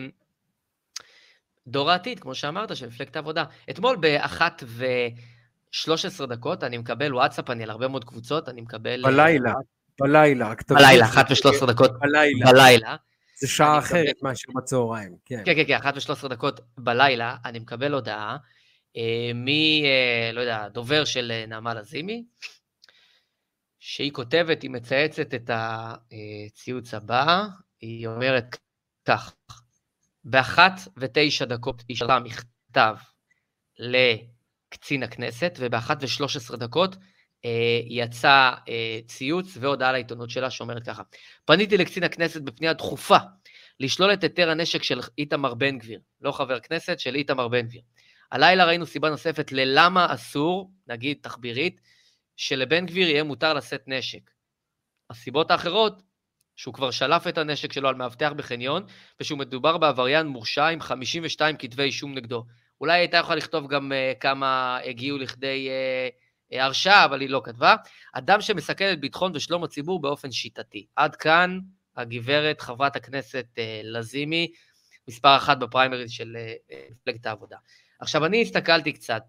דור העתיד, כמו שאמרת, של מפלגת העבודה. אתמול באחת ושלוש עשרה דקות, אני מקבל וואטסאפ, אני על הרבה מאוד קבוצות, אני מקבל... בלילה. בלילה, בלילה, אחת ושלוש עשרה דקות בלילה. בלילה. זה שעה אחרת מאשר בצהריים, כן. כן, כן, כן, אחת ושלוש עשרה דקות בלילה, אני מקבל הודעה, מ, לא יודע, דובר של נעמה לזימי, שהיא כותבת, היא מצייצת את הציוץ הבא, היא אומרת כך, באחת ותשע דקות היא שלחה מכתב לקצין הכנסת, ובאחת ושלוש עשרה דקות, יצא ציוץ והודעה לעיתונות שלה שאומרת ככה, פניתי לקצין הכנסת בפנייה דחופה, לשלול את היתר הנשק של איתמר בן גביר, לא חבר כנסת, של איתמר בן גביר. הלילה ראינו סיבה נוספת ללמה אסור, נגיד תחבירית, שלבן גביר יהיה מותר לשאת נשק. הסיבות האחרות, שהוא כבר שלף את הנשק שלו על מאבטח בחניון, ושהוא מדובר בעבריין מורשע עם חמישים ושתיים כתבי אישום נגדו. אולי הייתה יכולה לכתוב גם uh, כמה הגיעו לכדי... Uh, הרשעה, אבל היא לא כתבה, אדם שמסכן את ביטחון ושלום הציבור באופן שיטתי. עד כאן הגברת חברת הכנסת לזימי, מספר אחת בפריימריז של מפלגת העבודה. עכשיו אני הסתכלתי קצת,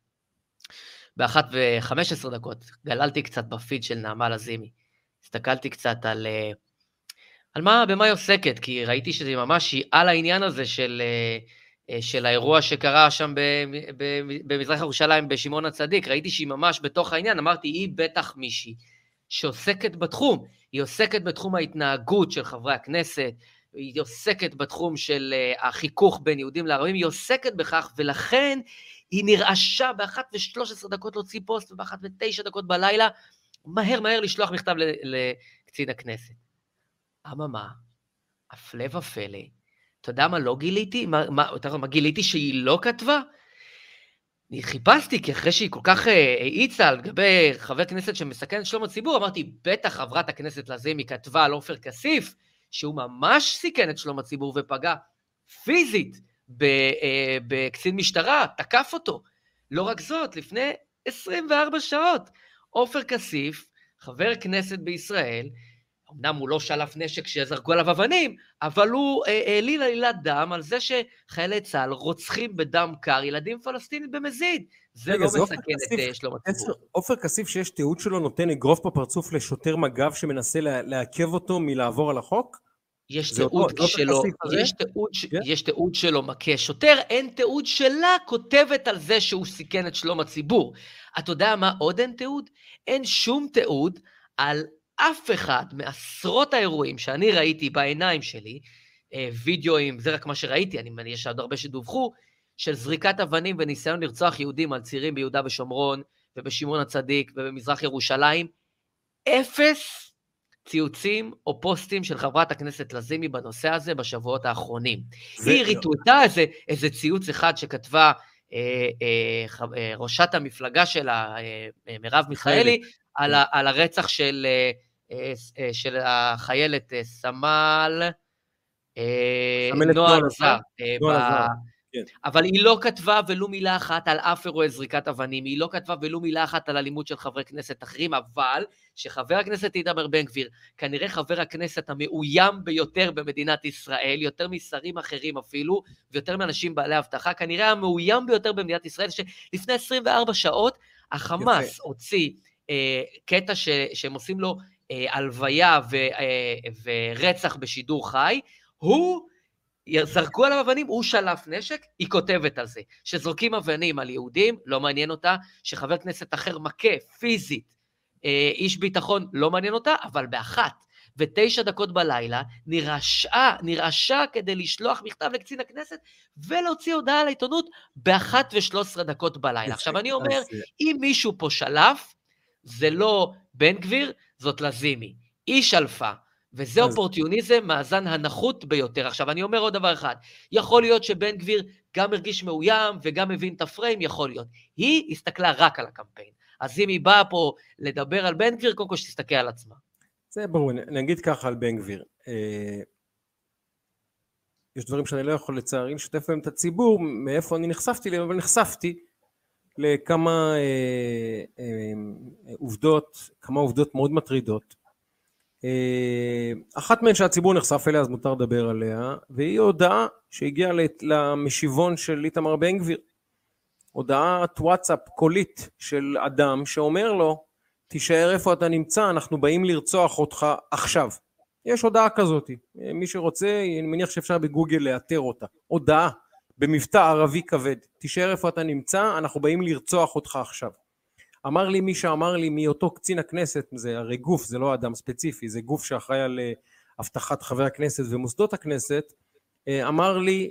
באחת וחמש עשרה דקות, גללתי קצת בפיד של נעמה לזימי, הסתכלתי קצת על, על מה, במה היא עוסקת, כי ראיתי שזה ממש על העניין הזה של... של האירוע שקרה שם במזרח ירושלים בשמעון הצדיק, ראיתי שהיא ממש בתוך העניין, אמרתי, היא בטח מישהי שעוסקת בתחום, היא עוסקת בתחום ההתנהגות של חברי הכנסת, היא עוסקת בתחום של החיכוך בין יהודים לערבים, היא עוסקת בכך, ולכן היא נרעשה באחת ושלוש עשרה דקות להוציא פוסט, ובאחת ותשע דקות בלילה, מהר מהר לשלוח מכתב לקצין הכנסת. אממה, הפלא ופלא, אתה יודע מה לא גיליתי? מה, מה, מה גיליתי שהיא לא כתבה? אני חיפשתי, כי אחרי שהיא כל כך העיצה על גבי חבר כנסת שמסכן את שלום הציבור, אמרתי, בטח חברת הכנסת לזימי כתבה על עופר כסיף, שהוא ממש סיכן את שלום הציבור ופגע פיזית בקצין משטרה, תקף אותו. לא רק זאת, לפני עשרים וארבע שעות, עופר כסיף, חבר כנסת בישראל, אמנם הוא לא שלף נשק שזרקו עליו אבנים, אבל הוא העליל עלילת דם על זה שחיילי צה"ל רוצחים בדם קר ילדים פלסטינים במזיד. זה לא מסכן את שלום הציבור. עופר כסיף שיש תיעוד שלו נותן אגרוף בפרצוף לשוטר מג"ב שמנסה לעכב אותו מלעבור על החוק? יש תיעוד שלו, יש תיעוד, יש תיעוד שלו מכה שוטר, אין תיעוד שלה כותבת על זה שהוא סיכן את שלום הציבור. אתה יודע מה עוד אין תיעוד? אין שום תיעוד על אף אחד מעשרות האירועים שאני ראיתי בעיניים שלי, וידאוים, זה רק מה שראיתי, אני מניח שעוד הרבה שדווחו, של זריקת אבנים וניסיון לרצוח יהודים על צירים ביהודה ושומרון, ובשמעון הצדיק ובמזרח ירושלים, אפס ציוצים או פוסטים של חברת הכנסת לזימי בנושא הזה בשבועות האחרונים. היא ריטוטה איזה, איזה ציוץ אחד שכתבה אה, אה, אה, ראשת המפלגה שלה, אה, מרב מיכאלי, על, ה, על הרצח של, אה, אה, של החיילת אה, סמל, אה, נועה לזר. אה, כן. אבל היא לא כתבה ולו מילה אחת על אף אירועי זריקת אבנים, היא לא כתבה ולו מילה אחת על אלימות של חברי כנסת אחרים, אבל שחבר הכנסת איתמר בן גביר, כנראה חבר הכנסת המאוים ביותר במדינת ישראל, יותר משרים אחרים אפילו, ויותר מאנשים בעלי הבטחה, כנראה המאוים ביותר במדינת ישראל, שלפני עשרים וארבע שעות, החמאס יפה. הוציא אה, קטע ש, שהם עושים לו אה, הלוויה ו, אה, ורצח בשידור חי, הוא זרקו עליו אבנים, הוא שלף נשק, היא כותבת על זה. שזורקים אבנים על יהודים, לא מעניין אותה, שחבר כנסת אחר מכה פיזית, אה, איש ביטחון, לא מעניין אותה, אבל באחת ותשע דקות בלילה, נרעשה, נרעשה כדי לשלוח מכתב לקצין הכנסת, ולהוציא הודעה על העיתונות, באחת ושלוש עשרה דקות בלילה. עכשיו אני אומר, אם מישהו פה שלף, זה לא בן גביר, זאת לזימי. היא שלפה. וזה אז... אופורטיוניזם, מאזן הנחות ביותר. עכשיו, אני אומר עוד דבר אחד, יכול להיות שבן גביר גם הרגיש מאוים, וגם מבין את הפריים, יכול להיות. היא הסתכלה רק על הקמפיין. אז אם היא באה פה לדבר על בן גביר, קודם כל שתסתכל על עצמה. זה ברור, נגיד ככה על בן גביר. אה... יש דברים שאני לא יכול לצערי לשתף בהם את הציבור, מאיפה אני נחשפתי להם, אבל נחשפתי לכמה אה, אה, עובדות, כמה עובדות מאוד מטרידות. אחת מהן שהציבור נחשף אליה, אז מותר לדבר עליה, והיא הודעה שהגיעה למשיבון של איתמר בן גביר, הודעת וואטסאפ קולית של אדם שאומר לו, תישאר איפה אתה נמצא, אנחנו באים לרצוח אותך עכשיו. יש הודעה כזאת, מי שרוצה, אני מניח שאפשר בגוגל לאתר אותה, הודעה במבטא ערבי כבד, תישאר איפה אתה נמצא, אנחנו באים לרצוח אותך עכשיו. אמר לי מי שאמר לי מאותו קצין הכנסת, זה הרי גוף, זה לא אדם ספציפי, זה גוף שאחראי על הבטחת חבר הכנסת ומוסדות הכנסת, אמר לי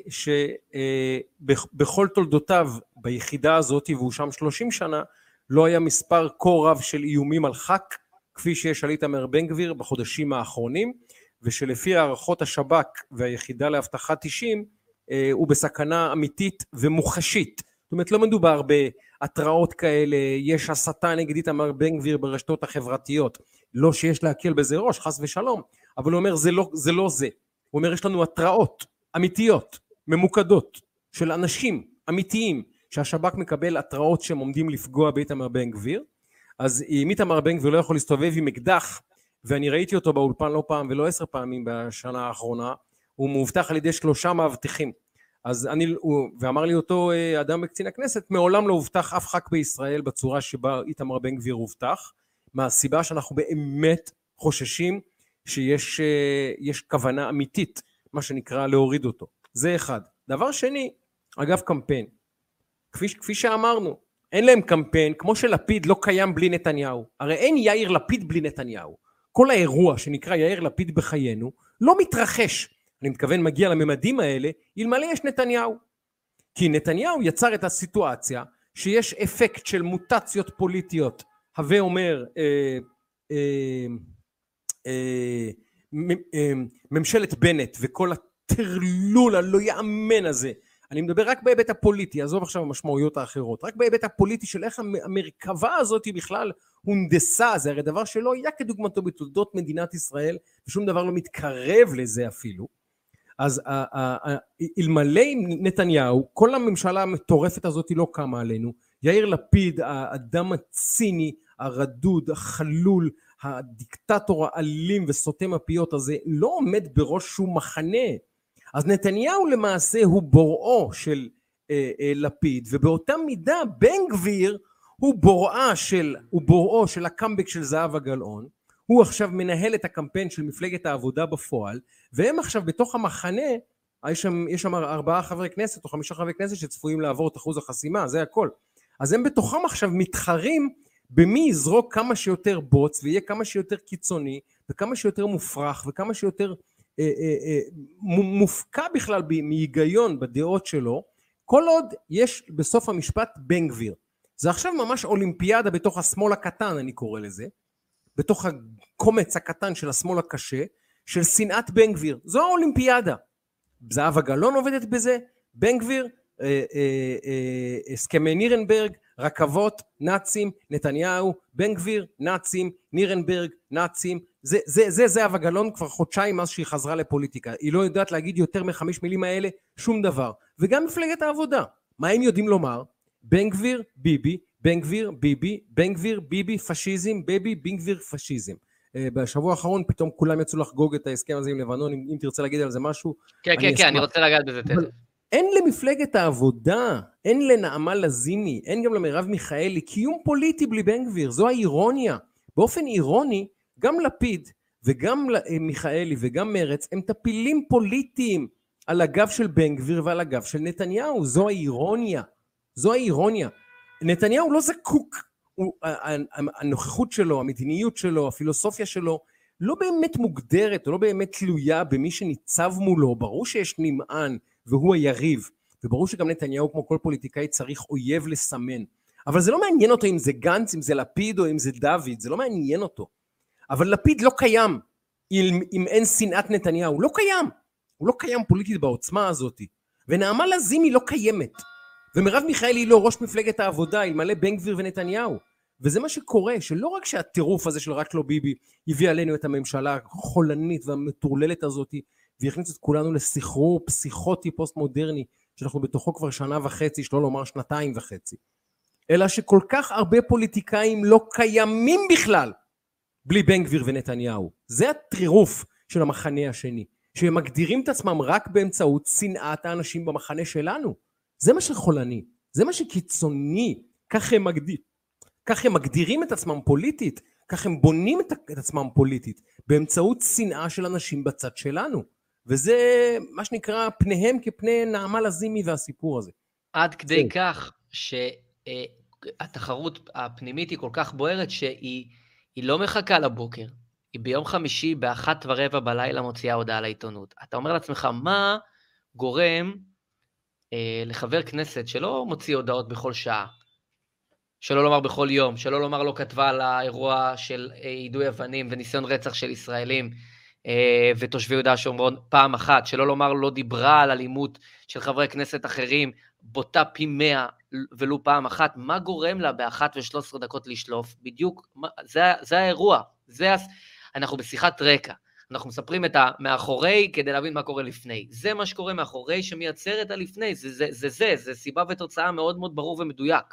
שבכל תולדותיו ביחידה הזאת, והוא שם שלושים שנה, לא היה מספר כה רב של איומים על ח"כ, כפי שיש על איתמר בן גביר בחודשים האחרונים, ושלפי הערכות השב"כ והיחידה להבטחת אישים, הוא בסכנה אמיתית ומוחשית. זאת אומרת, לא מדובר בהתראות כאלה, יש הסתה נגד איתמר בן גביר ברשתות החברתיות, לא שיש להקל בזה ראש, חס ושלום, אבל הוא אומר, זה לא זה. לא זה. הוא אומר, יש לנו התראות אמיתיות, ממוקדות, של אנשים אמיתיים, שהשב"כ מקבל התראות שהם עומדים לפגוע באיתמר בן גביר, אז אם איתמר בן גביר לא יכול להסתובב עם אקדח, ואני ראיתי אותו באולפן לא פעם ולא עשר פעמים בשנה האחרונה, הוא מאובטח על ידי שלושה מאבטחים, אז אני, ואמר לי אותו אדם בקצין הכנסת, מעולם לא הובטח אף ח"כ בישראל בצורה שבה איתמר בן גביר הובטח, מהסיבה שאנחנו באמת חוששים שיש יש כוונה אמיתית, מה שנקרא להוריד אותו. זה אחד. דבר שני, אגב קמפיין, כפי, כפי שאמרנו, אין להם קמפיין, כמו שלפיד לא קיים בלי נתניהו, הרי אין יאיר לפיד בלי נתניהו, כל האירוע שנקרא יאיר לפיד בחיינו, לא מתרחש אני מתכוון מגיע לממדים האלה, אלמלא יש נתניהו. כי נתניהו יצר את הסיטואציה שיש אפקט של מוטציות פוליטיות, הווה אומר אה, אה, אה, אה, ממשלת בנט וכל הטרלול הלא יאמן הזה, אני מדבר רק בהיבט הפוליטי, עזוב עכשיו המשמעויות האחרות, רק בהיבט הפוליטי של איך המרכבה הזאת היא בכלל הונדסה, זה הרי דבר שלא היה כדוגמתו בתולדות מדינת ישראל, ושום דבר לא מתקרב לזה אפילו. אז אלמלא נתניהו, כל הממשלה המטורפת הזאת לא קמה עלינו, יאיר לפיד, האדם הציני, הרדוד, החלול, הדיקטטור האלים וסותם הפיות הזה, לא עומד בראש שום מחנה. אז נתניהו למעשה הוא בוראו של אה, אה, לפיד, ובאותה מידה בן גביר הוא בוראה של, הוא בוראו של הקאמבק של זהבה גלאון, הוא עכשיו מנהל את הקמפיין של מפלגת העבודה בפועל, והם עכשיו בתוך המחנה, יש שם, יש שם ארבעה חברי כנסת או חמישה חברי כנסת שצפויים לעבור את אחוז החסימה, זה הכל. אז הם בתוכם עכשיו מתחרים במי יזרוק כמה שיותר בוץ, ויהיה כמה שיותר קיצוני, וכמה שיותר מופרך, וכמה שיותר אה, אה, אה, מופקע בכלל מהיגיון בדעות שלו, כל עוד יש בסוף המשפט בן גביר. זה עכשיו ממש אולימפיאדה בתוך השמאל הקטן, אני קורא לזה, בתוך הקומץ הקטן של השמאל הקשה, של שנאת בן גביר. זו האולימפיאדה. זהבה גלאון עובדת בזה, בן גביר, אה, אה, אה, הסכמי נירנברג, רכבות, נאצים, נתניהו, בן גביר, נאצים, נירנברג, נאצים, זה, זה, זה, זהבה גלאון כבר חודשיים מאז שהיא חזרה לפוליטיקה. היא לא יודעת להגיד יותר מחמש מילים האלה, שום דבר. וגם מפלגת העבודה. מה הם יודעים לומר? בן גביר, ביבי, בן גביר, ביבי, בן גביר, ביבי, פשיזם, ביבי, בן גביר, פשיזם. בשבוע האחרון פתאום כולם יצאו לחגוג את ההסכם הזה עם לבנון, אם, אם תרצה להגיד על זה משהו. כן, כן, כן, אני רוצה לגעת בזה תכף. אין למפלגת העבודה, אין לנעמה לזימי, אין גם למרב מיכאלי, קיום פוליטי בלי בן גביר, זו האירוניה. באופן אירוני, גם לפיד וגם מיכאלי וגם מרץ, הם טפילים פוליטיים על הגב של בן גביר ועל הגב של נתניהו, זו האירוניה, זו האירוניה. נתניהו לא זקוק, הוא, הנוכחות שלו, המדיניות שלו, הפילוסופיה שלו, לא באמת מוגדרת, או לא באמת תלויה במי שניצב מולו, ברור שיש נמען, והוא היריב, וברור שגם נתניהו כמו כל פוליטיקאי צריך אויב לסמן, אבל זה לא מעניין אותו אם זה גנץ, אם זה לפיד או אם זה דוד, זה לא מעניין אותו, אבל לפיד לא קיים, אם, אם אין שנאת נתניהו, הוא לא קיים, הוא לא קיים פוליטית בעוצמה הזאת, ונעמה לזימי לא קיימת, ומרב מיכאלי היא לא ראש מפלגת העבודה, אלמלא בן גביר ונתניהו, וזה מה שקורה, שלא רק שהטירוף הזה של רק לא ביבי, הביא עלינו את הממשלה החולנית והמטורללת הזאת, והכניס את כולנו לסחרור פסיכוטי פוסט מודרני, שאנחנו בתוכו כבר שנה וחצי, שלא לומר שנתיים וחצי, אלא שכל כך הרבה פוליטיקאים לא קיימים בכלל, בלי בן גביר ונתניהו. זה הטירוף של המחנה השני, שהם מגדירים את עצמם רק באמצעות שנאת האנשים במחנה שלנו. זה מה שחולני, זה מה שקיצוני, כך הם, מגדיר, כך הם מגדירים את עצמם פוליטית, כך הם בונים את, את עצמם פוליטית, באמצעות שנאה של אנשים בצד שלנו. וזה מה שנקרא פניהם כפני נעמה לזימי והסיפור הזה. עד כדי כך שהתחרות הפנימית היא כל כך בוערת שהיא לא מחכה לבוקר, היא ביום חמישי באחת ורבע בלילה מוציאה הודעה לעיתונות. אתה אומר לעצמך, מה גורם אה, לחבר כנסת שלא מוציא הודעות בכל שעה, שלא לומר בכל יום, שלא לומר לא כתבה על האירוע של יידוי אבנים וניסיון רצח של ישראלים, ותושבי יהודה שומרון פעם אחת, שלא לומר לא דיברה על אלימות של חברי כנסת אחרים, בוטה פי מאה ולו פעם אחת, מה גורם לה באחת ושלוש עשרה דקות לשלוף? בדיוק, זה, זה האירוע, זה, אנחנו בשיחת רקע, אנחנו מספרים את המאחורי כדי להבין מה קורה לפני, זה מה שקורה מאחורי שמייצר את הלפני, זה זה, זה, זה, זה סיבה ותוצאה מאוד מאוד ברור ומדויק.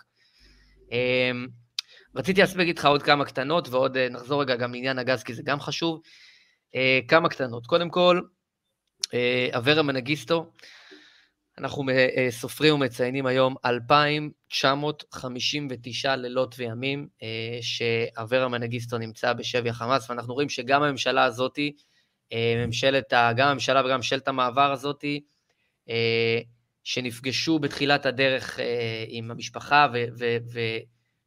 רציתי להספיק איתך עוד כמה קטנות, ועוד נחזור רגע גם לעניין הגז, כי זה גם חשוב, Uh, כמה קטנות. קודם כל, uh, אברה מנגיסטו, אנחנו uh, סופרים ומציינים היום אלפיים תשע מאות חמישים ותשע לילות וימים, uh, שאברה מנגיסטו נמצא בשבי החמאס, ואנחנו רואים שגם הממשלה הזאת, uh, ממשלת, גם הממשלה וגם ממשלת המעבר הזאת, uh, שנפגשו בתחילת הדרך uh, עם המשפחה, ו... ו-, ו-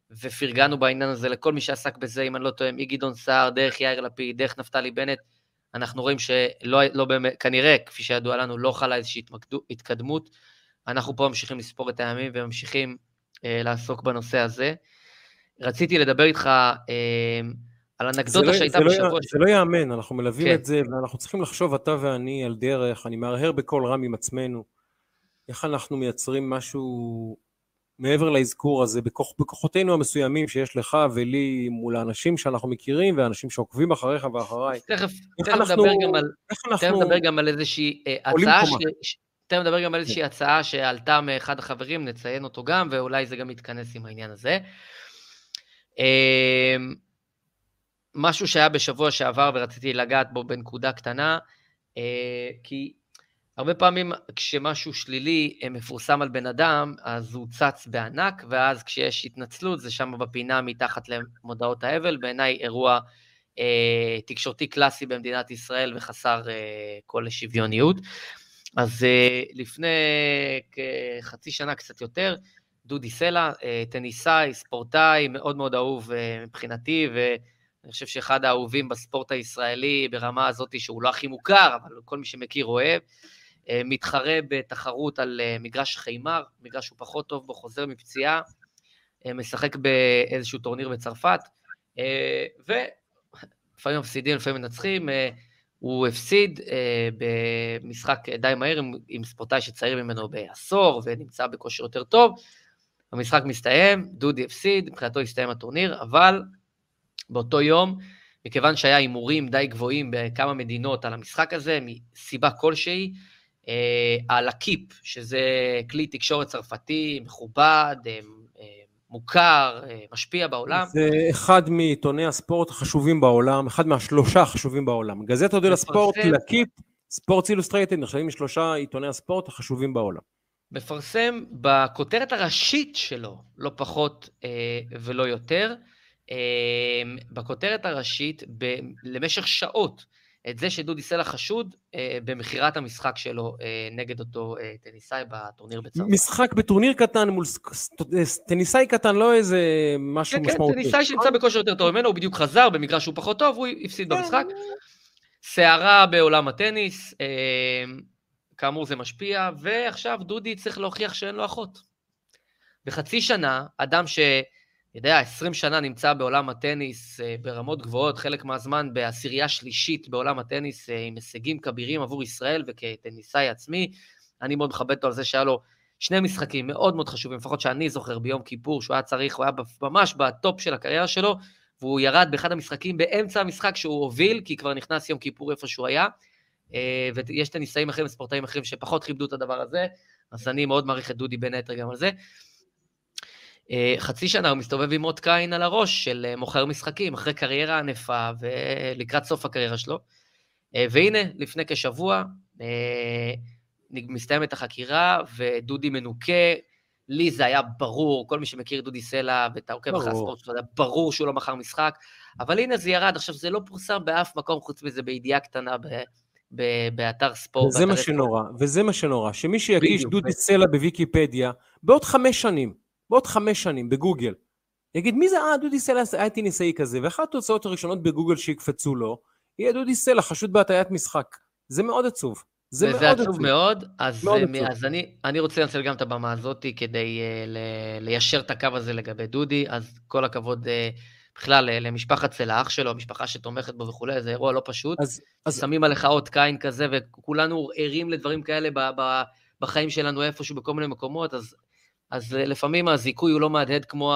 ופרגנו בעניין הזה לכל מי שעסק בזה, אם אני לא טועה, מגדעון סער, דרך יאיר לפיד, דרך נפתלי בנט, אנחנו רואים שלא, לא באמת, כנראה, כפי שידוע לנו, לא חלה איזושהי התקדמות, אנחנו פה ממשיכים לספור את הימים, וממשיכים אה, לעסוק בנושא הזה. רציתי לדבר איתך אה, על אנקדוטה שהייתה בשבוע. זה לא יאמן, אנחנו מלווים כן. את זה, ואנחנו צריכים לחשוב אתה ואני על דרך, אני מהרהר בכל רם עם עצמנו, איך אנחנו מייצרים משהו מעבר להזכור הזה, בכוח, בכוחותינו המסוימים שיש לך ולי מול האנשים שאנחנו מכירים, ואנשים שעוקבים אחריך ואחריי. תכף, תכף אנחנו, נדבר גם על, תכף נדבר גם על איזושהי אה, הצעה, ש, תכף נדבר גם על איזושהי הצעה שעלתה מאחד החברים, נציין אותו גם, ואולי זה גם יתכנס עם העניין הזה. אה, משהו שהיה בשבוע שעבר ורציתי לגעת בו בנקודה קטנה, אה, כי הרבה פעמים כשמשהו שלילי מפורסם על בן אדם, אז הוא צץ בענק, ואז כשיש התנצלות, זה שם בפינה מתחת למודעות האבל, בעיניי אירוע אה, תקשורתי קלאסי במדינת ישראל, וחסר אה, כל שוויוניות. אז אה, לפני כחצי שנה קצת יותר, דודי סלע, אה, טניסאי, ספורטאי, מאוד מאוד אהוב אה, מבחינתי, ואני חושב שאחד האהובים בספורט הישראלי, ברמה הזאת שהוא לא הכי מוכר, אבל כל מי שמכיר אוהב, מתחרה בתחרות על מגרש חיימר, מגרש שהוא פחות טוב בו, חוזר מפציעה, משחק באיזשהו טורניר בצרפת, ולפעמים מפסידים, לפעמים מנצחים, הוא הפסיד במשחק די מהיר עם, עם ספורטאי שצעיר ממנו בעשור, ונמצא בכושר יותר טוב, המשחק מסתיים, דודי הפסיד, מבחינתו הסתיים הטורניר, אבל באותו יום, מכיוון שהיה הימורים די גבוהים בכמה מדינות על המשחק הזה, מסיבה כלשהי, על הקיפ, שזה כלי תקשורת צרפתי, מכובד, מוכר, משפיע בעולם. זה אחד מעיתוני הספורט החשובים בעולם, אחד מהשלושה החשובים בעולם. גזטה דל הספורט, לקיפ, ספורט אילוסטרייטד, נחשבים משלושה עיתוני הספורט החשובים בעולם. מפרסם בכותרת הראשית שלו, לא פחות ולא יותר, בכותרת הראשית, למשך שעות, את זה שדודי סלע חשוד אה, במחירת המשחק שלו אה, נגד אותו אה, טניסאי בטורניר בצרפת. משחק בטורניר קטן מול טניסאי קטן, לא איזה משהו כן, משמעותי. כן, טניסאי שנמצא בכושר יותר טוב ממנו, הוא בדיוק חזר במגרש שהוא פחות טוב, הוא הפסיד במשחק. שערה בעולם הטניס, אה, כאמור זה משפיע, ועכשיו דודי צריך להוכיח שאין לו אחות. בחצי שנה, אדם ש... יודע, עשרים שנה נמצא בעולם הטניס ברמות גבוהות, חלק מהזמן בעשירייה שלישית בעולם הטניס, עם הישגים כבירים עבור ישראל, וכטניסאי עצמי, אני מאוד מכבד אותו על זה שהיה לו שני משחקים מאוד מאוד חשובים, לפחות שאני זוכר ביום כיפור, שהוא היה צריך, הוא היה ממש בטופ של הקריירה שלו, והוא ירד באחד המשחקים באמצע המשחק שהוא הוביל, כי כבר נכנס יום כיפור איפה שהוא היה, ויש טניסאים אחרים וספורטאים אחרים שפחות כיבדו את הדבר הזה, אז אני מאוד מעריך את דודי בין היתר גם על זה. חצי שנה הוא מסתובב עם אות קין על הראש של מוכר משחקים, אחרי קריירה ענפה ולקראת סוף הקריירה שלו. והנה, לפני כשבוע, מסתיימת החקירה, ודודי מנוקה, לי זה היה ברור, כל מי שמכיר דודי סלע, ואתה עוקב אחרי הספורט שלו, זה היה ברור שהוא לא מכר משחק, אבל הנה זה ירד, עכשיו זה לא פורסם באף מקום, חוץ מזה בידיעה קטנה ב... באתר ספורט. וזה מה שנורא, וזה מה שנורא, שמי שיקיש דודי סלע בוויקיפדיה, בעוד חמש שנים, בעוד חמש שנים בגוגל, יגיד מי זה, אה, דודי סלע היה טניסאי כזה, ואחת התוצאות הראשונות בגוגל שיקפצו לו, יהיה דודי סלע חשוד בהטיית משחק. זה מאוד עצוב. זה וזה מאוד עצוב עצוב. מאוד, אז, מאוד אז, עצוב. אז אני, אני רוצה לנצל גם את הבמה הזאת, כדי uh, ל- ליישר את הקו הזה לגבי דודי, אז כל הכבוד uh, בכלל למשפחת סלע, אח שלו, המשפחה שתומכת בו וכולי, זה אירוע לא פשוט, אז, אז... שמים עליך אות קין כזה, וכולנו ערים לדברים כאלה ב- ב- בחיים שלנו איפשהו בכל מיני מקומות, אז אז לפעמים הזיכוי הוא לא מהדהד כמו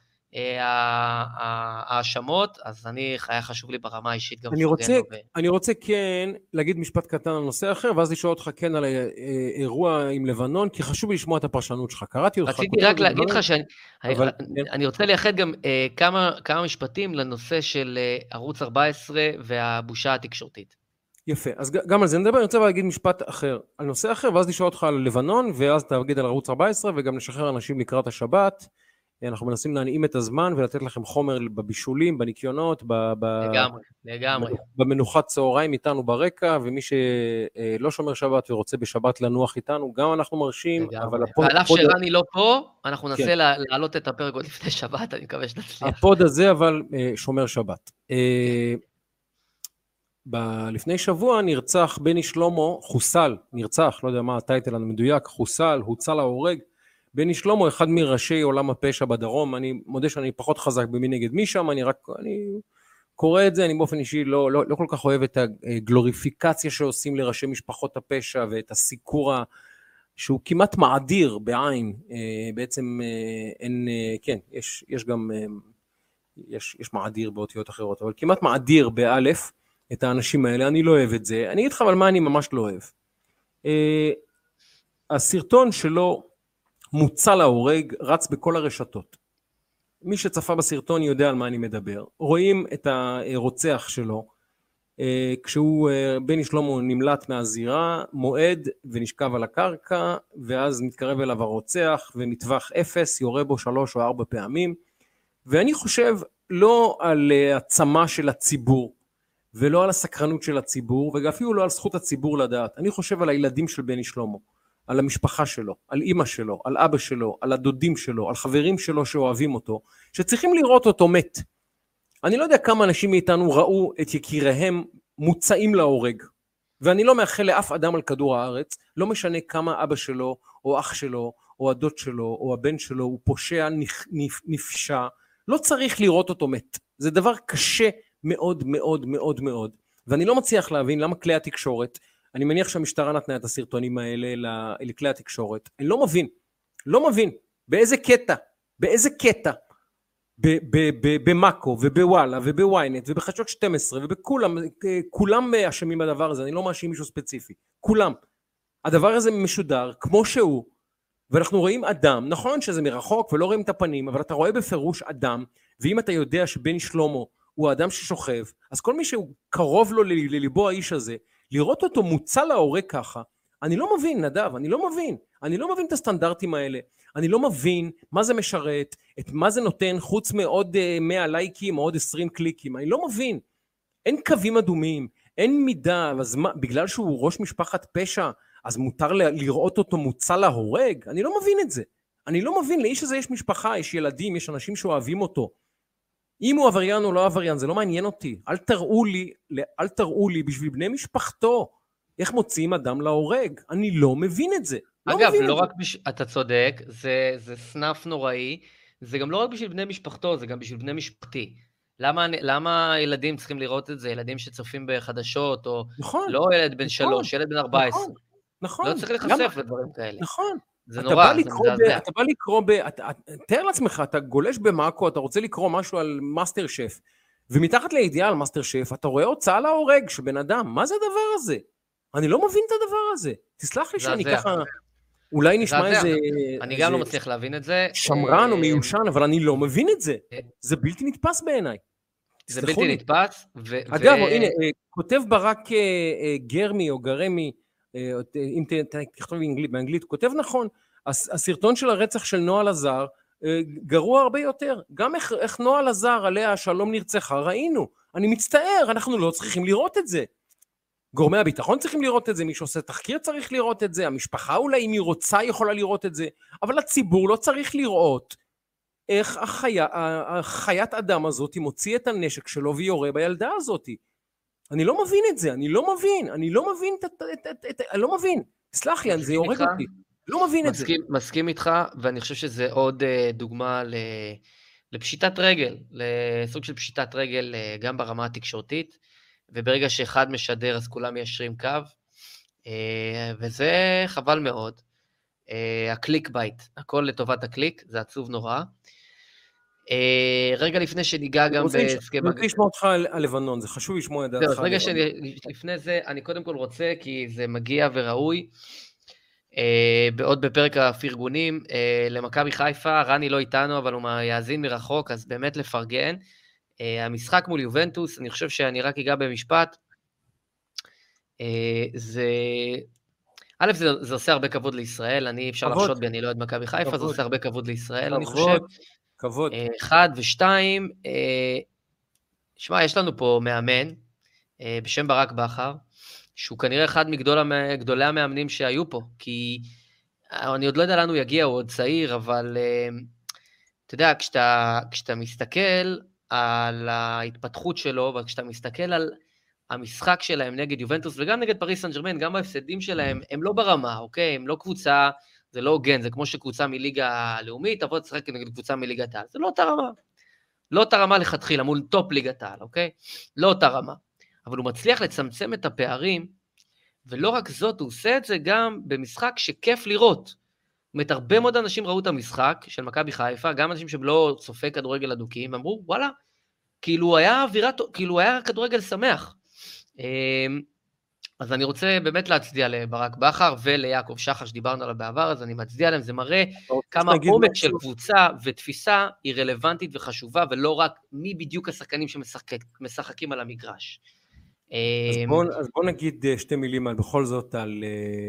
ההאשמות, אז אני, היה חשוב לי ברמה האישית גם... אני רוצה, אני רוצה כן להגיד משפט קטן על נושא אחר, ואז לשאול אותך כן על האירוע עם לבנון, כי חשוב לי לשמוע את הפרשנות שלך. קראתי אותך... רציתי רק להגיד לך שאני רוצה לייחד גם כמה משפטים לנושא של ערוץ ארבע עשרה והבושה התקשורתית. יפה, אז גם על זה נדבר, אני רוצה להגיד משפט אחר, על נושא אחר, ואז נשאל אותך על לבנון, ואז תגיד על ערוץ ארבע עשרה, וגם נשחרר אנשים לקראת השבת, אנחנו מנסים להנעים את הזמן, ולתת לכם חומר בבישולים, בניקיונות, לגמרי, לגמרי. במנוחת צהריים איתנו ברקע, ומי שלא שומר שבת ורוצה בשבת לנוח איתנו, גם אנחנו מרשים, אבל הפוד... ועל אף שרני לא פה, אנחנו ננסה להעלות את הפרק עוד לפני שבת, אני מקווה שנצליח. הפוד הזה אבל שומר שבת. ב- לפני שבוע נרצח בני שלמה, חוסל, נרצח, לא יודע מה הטייטל המדויק, חוסל, הוצא להורג, בני שלמה, אחד מראשי עולם הפשע בדרום, אני מודה שאני פחות חזק במי נגד מי שם, אני רק, אני קורא את זה, אני באופן אישי לא, לא, לא כל כך אוהב את הגלוריפיקציה שעושים לראשי משפחות הפשע, ואת הסיקור שהוא כמעט מעדיר בעין, בעצם אין, כן, יש, יש גם, יש, יש מעדיר באותיות אחרות, אבל כמעט מעדיר באלף, את האנשים האלה, אני לא אוהב את זה, אני אגיד לך אבל מה אני ממש לא אוהב. הסרטון שלו מוצא להורג, רץ בכל הרשתות. מי שצפה בסרטון יודע על מה אני מדבר. רואים את הרוצח שלו, כשהוא, בני שלמה נמלט מהזירה, מועד ונשכב על הקרקע, ואז מתקרב אליו הרוצח, ומטווח אפס, יורה בו שלוש או ארבע פעמים, ואני חושב לא על הצמה של הציבור, ולא על הסקרנות של הציבור, ואפילו לא על זכות הציבור לדעת. אני חושב על הילדים של בני שלמה, על המשפחה שלו, על אמא שלו, על אבא שלו, על הדודים שלו, על חברים שלו שאוהבים אותו, שצריכים לראות אותו מת. אני לא יודע כמה אנשים מאיתנו ראו את יקיריהם מוצאים להורג, ואני לא מאחל לאף אדם על כדור הארץ, לא משנה כמה אבא שלו, או אח שלו, או הדוד שלו, או הבן שלו, הוא פושע נפשע, לא צריך לראות אותו מת. זה דבר קשה מאוד מאוד מאוד מאוד, ואני לא מצליח להבין למה כלי התקשורת, אני מניח שהמשטרה נתנה את הסרטונים האלה לכלי התקשורת, אני לא מבין, לא מבין, באיזה קטע, באיזה קטע, במאקו ובוואלה ובוויינט ובחדשות שתים עשרה ובכולם, כולם אשמים בדבר הזה, אני לא מאשים מישהו ספציפי, כולם, הדבר הזה משודר כמו שהוא, ואנחנו רואים אדם, נכון שזה מרחוק ולא רואים את הפנים, אבל אתה רואה בפירוש אדם, ואם אתה יודע שבני שלמה הוא האדם ששוכב, אז כל מי שהוא קרוב לו לליבו האיש הזה, לראות אותו מוצא להורג ככה, אני לא מבין נדב, אני לא מבין, אני לא מבין את הסטנדרטים האלה, אני לא מבין מה זה משרת, את מה זה נותן חוץ מעוד מאה לייקים או עוד עשרים קליקים, אני לא מבין, אין קווים אדומים, אין מידה, אז מה, בגלל שהוא ראש משפחת פשע, אז מותר לראות אותו מוצא להורג, אני לא מבין את זה, אני לא מבין, לאיש הזה יש משפחה, יש ילדים, יש אנשים שאוהבים אותו, אם הוא עבריין או לא עבריין, זה לא מעניין אותי. אל תראו לי, אל תראו לי בשביל בני משפחתו, איך מוציאים אדם להורג. אני לא מבין את זה. אגב, לא רק, אתה צודק, זה, זה סנף נוראי, זה גם לא רק בשביל בני משפחתו, זה גם בשביל בני משפחתי. למה, למה ילדים צריכים לראות את זה? ילדים שצופים בחדשות, או נכון, לא ילד בן שלוש, ילד בן ארבע עשרה. נכון, נכון. לא צריך להיחשף לדברים כאלה. נכון. זה נורא, זה מזעזע. אתה בא לקרוא, ב, אתה, תאר לעצמך, אתה גולש במאקו, אתה רוצה לקרוא משהו על מאסטר שף, ומתחת לידיעה על מאסטר שף, אתה רואה הוצאה להורג שבן אדם, מה זה הדבר הזה? אני לא מבין את הדבר הזה. תסלח לי שאני ככה, אולי נשמע איזה... אני גם לא מצליח להבין את זה. שמרן או מיושן, אבל אני לא מבין את זה. זה בלתי נתפס בעיניי. זה בלתי נתפס. אגב, הנה, כותב ברק גרמי או גרמי, אם תכתוב באנגלית, כותב נכון, הסרטון של הרצח של נועה לזר גרוע הרבה יותר, גם איך, איך נועה לזר עליה השלום נרצחה ראינו, אני מצטער, אנחנו לא צריכים לראות את זה, גורמי הביטחון צריכים לראות את זה, מי שעושה תחקיר צריך לראות את זה, המשפחה אולי אם היא רוצה יכולה לראות את זה, אבל הציבור לא צריך לראות איך החיה, החיית אדם הזאת מוציא את הנשק שלו ויורה בילדה הזאת, אני לא מבין את זה, אני לא מבין, אני לא מבין, את, את, את, את, אני לא מבין, סלח לי, זה יורג אותי, לא מבין את זה. מסכים איתך, ואני חושב שזה עוד דוגמה לפשיטת רגל, לסוג של פשיטת רגל גם ברמה התקשורתית, וברגע שאחד משדר אז כולם מיישרים קו, וזה חבל מאוד. הקליק בייט, הכל לטובת הקליק, זה עצוב נורא. רגע לפני שניגע גם בהסכם... אני רוצה לשמוע אותך על לבנון, זה חשוב לשמוע את דעתך. רגע לפני זה, אני קודם כל רוצה, כי זה מגיע וראוי, בעוד בפרק הפרגונים, למכבי חיפה, רני לא איתנו, אבל הוא יאזין מרחוק, אז באמת לפרגן. המשחק מול יובנטוס, אני חושב שאני רק אגע במשפט, זה... א', זה, זה עושה הרבה כבוד לישראל, אני אפשר כבוד. לחשוד בי, אני לא יודע מכבי חיפה, כבוד. זה עושה הרבה כבוד לישראל, כבוד. אני חושב. כבוד. אחד ושתיים, שמע, יש לנו פה מאמן, בשם ברק בכר, שהוא כנראה אחד מגדולי המאמנים שהיו פה, כי אני עוד לא יודע לאן הוא יגיע, הוא עוד צעיר, אבל אתה יודע, כשאתה, כשאתה מסתכל על ההתפתחות שלו, וכשאתה מסתכל על, המשחק שלהם נגד יובנטוס וגם נגד פריס סן ז'רמן, גם ההפסדים שלהם, הם לא ברמה, אוקיי? הם לא קבוצה, זה לא הוגן, זה כמו שקבוצה מליגה לאומית, תבוא תשחק נגד קבוצה מליגת העל, זה לא אותה רמה. לא אותה רמה לכתחילה, מול טופ ליגת העל, אוקיי? לא אותה רמה. אבל הוא מצליח לצמצם את הפערים, ולא רק זאת, הוא עושה את זה גם במשחק שכיף לראות. זאת אומרת, הרבה מאוד אנשים ראו את המשחק של מכבי חיפה, גם אנשים שהם לא צופי כדורגל אדוקים, אמרו, וואלה, כאילו היה אווירה, כאילו היה כדורגל שמח. אז אני רוצה באמת להצדיע לברק בכר וליעקב שחר שדיברנו עליו בעבר, אז אני מצדיע להם, זה מראה כמה עומק של קבוצה ותפיסה היא רלוונטית וחשובה, ולא רק מי בדיוק השחקנים שמשחקים על המגרש. אז בוא נגיד שתי מילים על בכל זאת על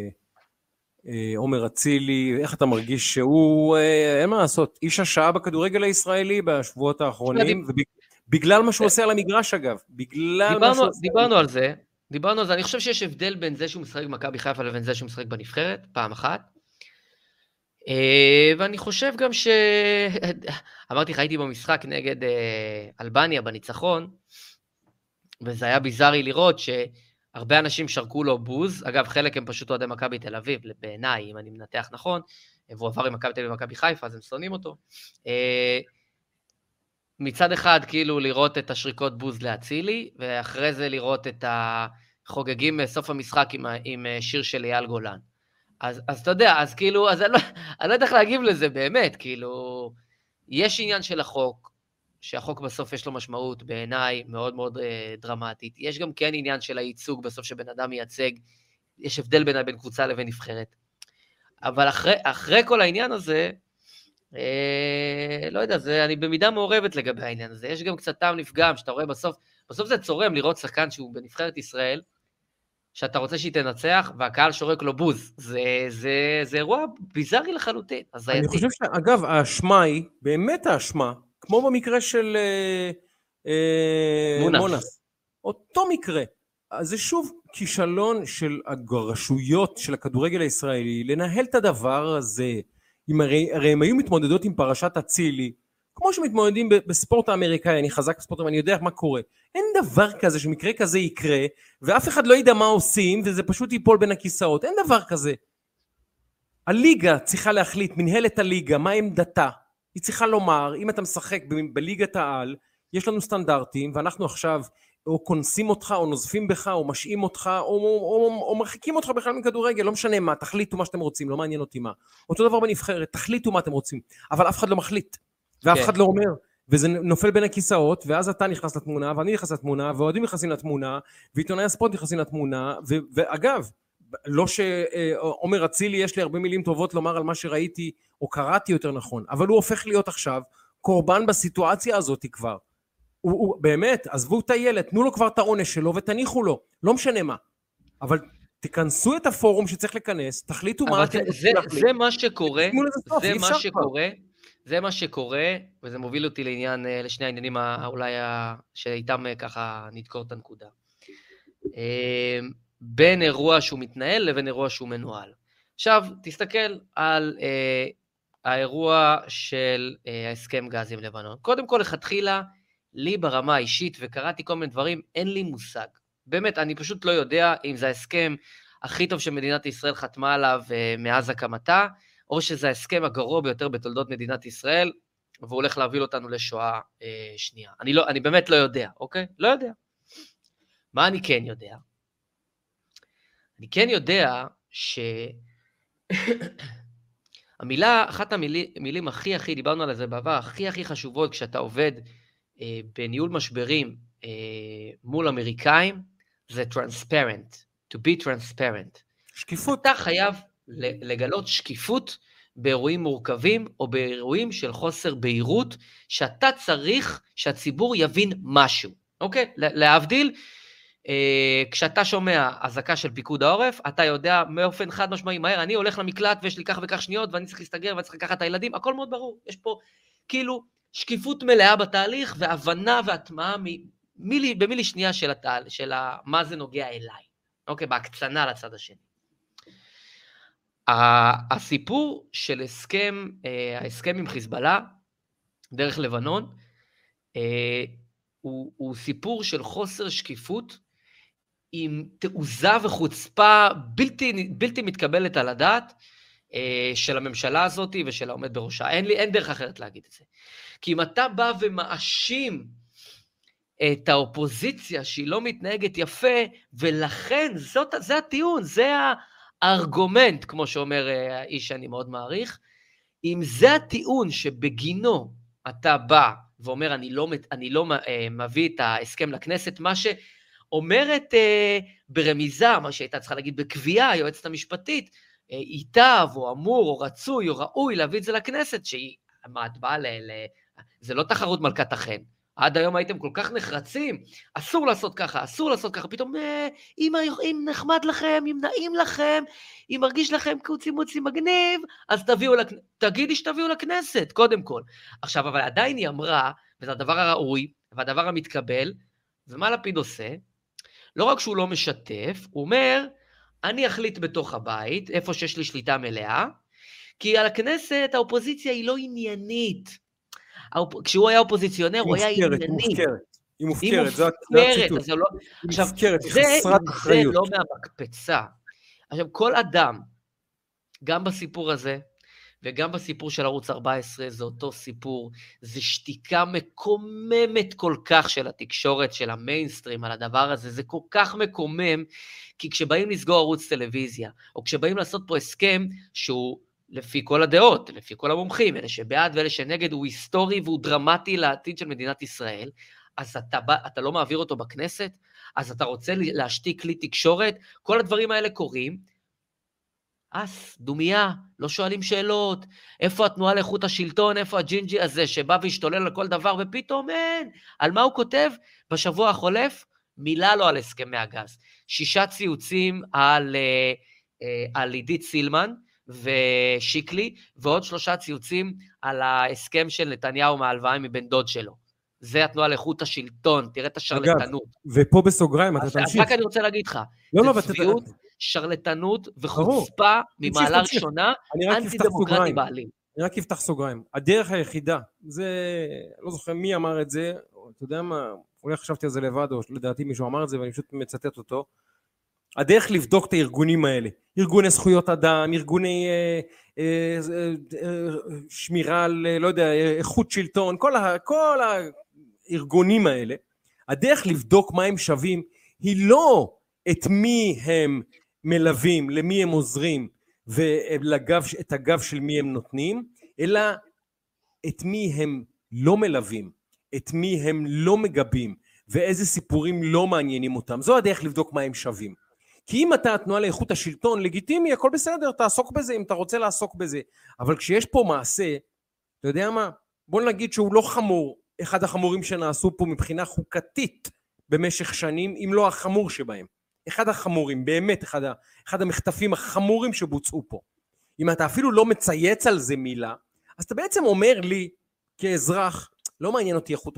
עומר אצילי, איך אתה מרגיש שהוא, אין מה לעשות, איש השעה בכדורגל הישראלי בשבועות האחרונים, בגלל מה שהוא עושה על המגרש אגב, בגלל מה שהוא עושה. דיברנו על זה, דיברנו על זה, אני חושב שיש הבדל בין זה שהוא משחק במכבי חיפה לבין זה שהוא משחק בנבחרת, פעם אחת. ואני חושב גם ש... אמרתי לך, הייתי במשחק נגד אלבניה בניצחון, וזה היה ביזארי לראות שהרבה אנשים שרקו לו בוז, אגב, חלק הם פשוט אוהדי מכבי תל אביב, בעיניי, אם אני מנתח נכון, והוא עבר עם מכבי תל אביב ומכבי חיפה, אז הם שונאים אותו. מצד אחד, כאילו, לראות את השריקות בוז לאצילי, ואחרי זה לראות את החוגגים סוף המשחק עם, עם שיר של אייל גולן. אז, אז אתה יודע, אז כאילו, אז אני לא, אני לא יודע איך להגיב לזה באמת, כאילו, יש עניין של החוק, שהחוק בסוף יש לו משמעות בעיניי מאוד מאוד אה, דרמטית. יש גם כן עניין של הייצוג בסוף שבן אדם מייצג, יש הבדל בין, בין קבוצה לבין נבחרת. אבל אחרי, אחרי כל העניין הזה, אה, לא יודע, זה, אני במידה מעורבת לגבי העניין הזה. יש גם קצת טעם נפגם, שאתה רואה בסוף, בסוף זה צורם לראות שחקן שהוא בנבחרת ישראל, שאתה רוצה שהיא תנצח, והקהל שורק לו בוז. זה, זה, זה אירוע ביזארי לחלוטין. אני חושב שאגב, האשמה היא, באמת האשמה, כמו במקרה של אה, אה, מונס. מונס. אותו מקרה. אז זה שוב כישלון של הרשויות של הכדורגל הישראלי, לנהל את הדבר הזה, אם הרי, הרי הם היו מתמודדות עם פרשת אצילי, כמו שמתמודדים בספורט האמריקאי, אני חזק בספורט, אני יודע מה קורה. אין דבר כזה שמקרה כזה יקרה, ואף אחד לא ידע מה עושים, וזה פשוט ייפול בין הכיסאות. אין דבר כזה. הליגה צריכה להחליט, מנהלת הליגה, מה עמדתה. היא צריכה לומר, אם אתה משחק ב- בליגת העל, יש לנו סטנדרטים, ואנחנו עכשיו או כונסים אותך, או נוזפים בך, או משאים אותך, או, או, או, או מרחיקים אותך בכלל מכדורגל, לא משנה מה, תחליטו מה שאתם רוצים, לא מעניין אותי מה. אותו דבר בנבחרת, תחליטו מה אתם רוצים, אבל אף אחד לא מחליט, ואף אחד לא אומר, וזה נופל בין הכיסאות, ואז אתה נכנס לתמונה, ואני נכנס לתמונה, ואוהדים נכנסים לתמונה, ועיתונאי הספורט נכנסים לתמונה, ו- ואגב, לא שעומר אצילי יש לי הרבה מילים טובות לומר על מה שראיתי, או קראתי יותר נכון, אבל הוא הופך להיות עכשיו קורבן בסיטואציה הזאת כבר. הוא, הוא באמת, עזבו את הילד, תנו לו כבר את העונש שלו ותניחו לו, לא משנה מה. אבל תכנסו את הפורום שצריך לכנס, תחליטו מה אתם רוצים להחליט. זה מה שקורה, זה מה שקורה, זה מה שקורה, וזה מוביל אותי לעניין, לשני העניינים אולי שאיתם ככה נדקור את הנקודה. בין אירוע שהוא מתנהל לבין אירוע שהוא מנוהל. עכשיו, תסתכל על אה, האירוע של אה, ההסכם גז עם לבנון. קודם כל, לכתחילה, לי ברמה האישית, וקראתי כל מיני דברים, אין לי מושג. באמת, אני פשוט לא יודע אם זה ההסכם הכי טוב שמדינת ישראל חתמה עליו אה, מאז הקמתה, או שזה ההסכם הגרוע ביותר בתולדות מדינת ישראל, והוא הולך להוביל אותנו לשואה אה, שנייה. אני, לא, אני באמת לא יודע, אוקיי? לא יודע. מה אני כן יודע? אני כן יודע שהמילה, אחת המילים הכי הכי, דיברנו על זה בעבר, הכי הכי חשובות כשאתה עובד אה, בניהול משברים אה, מול אמריקאים, זה transparent, to be transparent. שקיפות. אתה חייב לגלות שקיפות באירועים מורכבים, או באירועים של חוסר בהירות, שאתה צריך שהציבור יבין משהו, אוקיי? להבדיל, כשאתה שומע הזעקה של פיקוד העורף, אתה יודע מאופן חד משמעי מהר, אני הולך למקלט ויש לי כך וכך שניות, ואני צריך להסתגר ואני צריך לקחת את הילדים, הכל מאוד ברור. יש פה כאילו שקיפות מלאה בתהליך, והבנה והטמעה במילי שנייה של, התהל, של מה זה נוגע אליי. אוקיי, בהקצנה לצד השני. הסיפור של הסכם, ההסכם עם חיזבאללה, דרך לבנון, הוא, הוא סיפור של חוסר שקיפות, עם תעוזה וחוצפה בלתי, בלתי מתקבלת על הדעת, של הממשלה הזאת ושל העומד בראשה. אין לי, אין דרך אחרת להגיד את זה. כי אם אתה בא ומאשים את האופוזיציה שהיא לא מתנהגת יפה, ולכן זאת, זה הטיעון, זה הארגומנט, כמו שאומר האיש שאני מאוד מעריך, אם זה הטיעון שבגינו אתה בא ואומר, אני לא, אני לא מביא את ההסכם לכנסת, מה שאומרת ברמיזה, מה שהייתה צריכה להגיד בקביעה, היועצת המשפטית, איתיו, או אמור, או רצוי, או ראוי להביא את זה לכנסת, שהיא, מה, את באה ל... זה לא תחרות מלכת החן. עד היום הייתם כל כך נחרצים, אסור לעשות ככה, אסור לעשות ככה, פתאום, אם, אם נחמד לכם, אם נעים לכם, אם מרגיש לכם קוצי מוצי מגניב, אז תביאו, לכ... תגידי שתביאו לכנסת, קודם כל. עכשיו, אבל עדיין היא אמרה, וזה הדבר הראוי, והדבר המתקבל, ומה לפיד עושה? לא רק שהוא לא משתף, הוא אומר, אני אחליט בתוך הבית, איפה שיש לי שליטה מלאה, כי על הכנסת האופוזיציה היא לא עניינית. כשהוא היה אופוזיציונר, הוא היה ענייני. היא מופקרת, היא מופקרת, זה הציטוט. עכשיו, זה לא מהמקפצה. עכשיו, כל אדם, גם בסיפור הזה, וגם בסיפור של ערוץ ארבע עשרה, זה אותו סיפור, זה שתיקה מקוממת כל כך של התקשורת, של המיינסטרים על הדבר הזה, זה כל כך מקומם, כי כשבאים לסגור ערוץ טלוויזיה, או כשבאים לעשות פה הסכם שהוא לפי כל הדעות, לפי כל המומחים, אלה שבעד ואלה שנגד, הוא היסטורי והוא דרמטי לעתיד של מדינת ישראל, אז אתה, אתה לא מעביר אותו בכנסת, אז אתה רוצה להשתיק כלי תקשורת, כל הדברים האלה קורים, אס, דומיה, לא שואלים שאלות, איפה התנועה לאיכות השלטון, איפה הג'ינג'י הזה שבא והשתולל על כל דבר, ופתאום אין, על מה הוא כותב? בשבוע החולף, מילה לא על הסכמי הגז, שישה ציוצים על, על עידית סילמן ושיקלי, ועוד שלושה ציוצים על ההסכם של נתניהו מהלוואה מבן דוד שלו. זה התנועה לאיכות השלטון, תראה את השרלטנות. ופה בסוגריים, אתה תמשיך. אז רק אני רוצה להגיד לך, זה צביעות, שרלטנות וחוצפה ממעלה ראשונה, אנטי דמוקרטי בעלים. אני רק אפתח סוגריים. הדרך היחידה, זה, לא זוכר מי אמר את זה, אתה יודע מה, אולי חשבתי על זה לבד, או לדעתי מישהו אמר את זה, ואני פשוט מצטט אותו, הדרך לבדוק את הארגונים האלה, ארגוני זכויות אדם, ארגוני אה, אה, אה, שמירה על, לא יודע, איכות שלטון, כל, ה, כל הארגונים האלה, הדרך לבדוק מה הם שווים, היא לא את מי הם מלווים, למי הם עוזרים, ואת הגב של מי הם נותנים, אלא את מי הם לא מלווים, את מי הם לא מגבים, ואיזה סיפורים לא מעניינים אותם. זו הדרך לבדוק מה הם שווים. כי אם אתה התנועה לאיכות השלטון, לגיטימי, הכל בסדר, תעסוק בזה אם אתה רוצה לעסוק בזה. אבל כשיש פה מעשה, אתה יודע מה? בוא נגיד שהוא לא חמור, אחד החמורים שנעשו פה מבחינה חוקתית במשך שנים, אם לא החמור שבהם. אחד החמורים, באמת אחד, אחד המחטפים החמורים שבוצעו פה. אם אתה אפילו לא מצייץ על זה מילה, אז אתה בעצם אומר לי, כאזרח, לא מעניין אותי איכות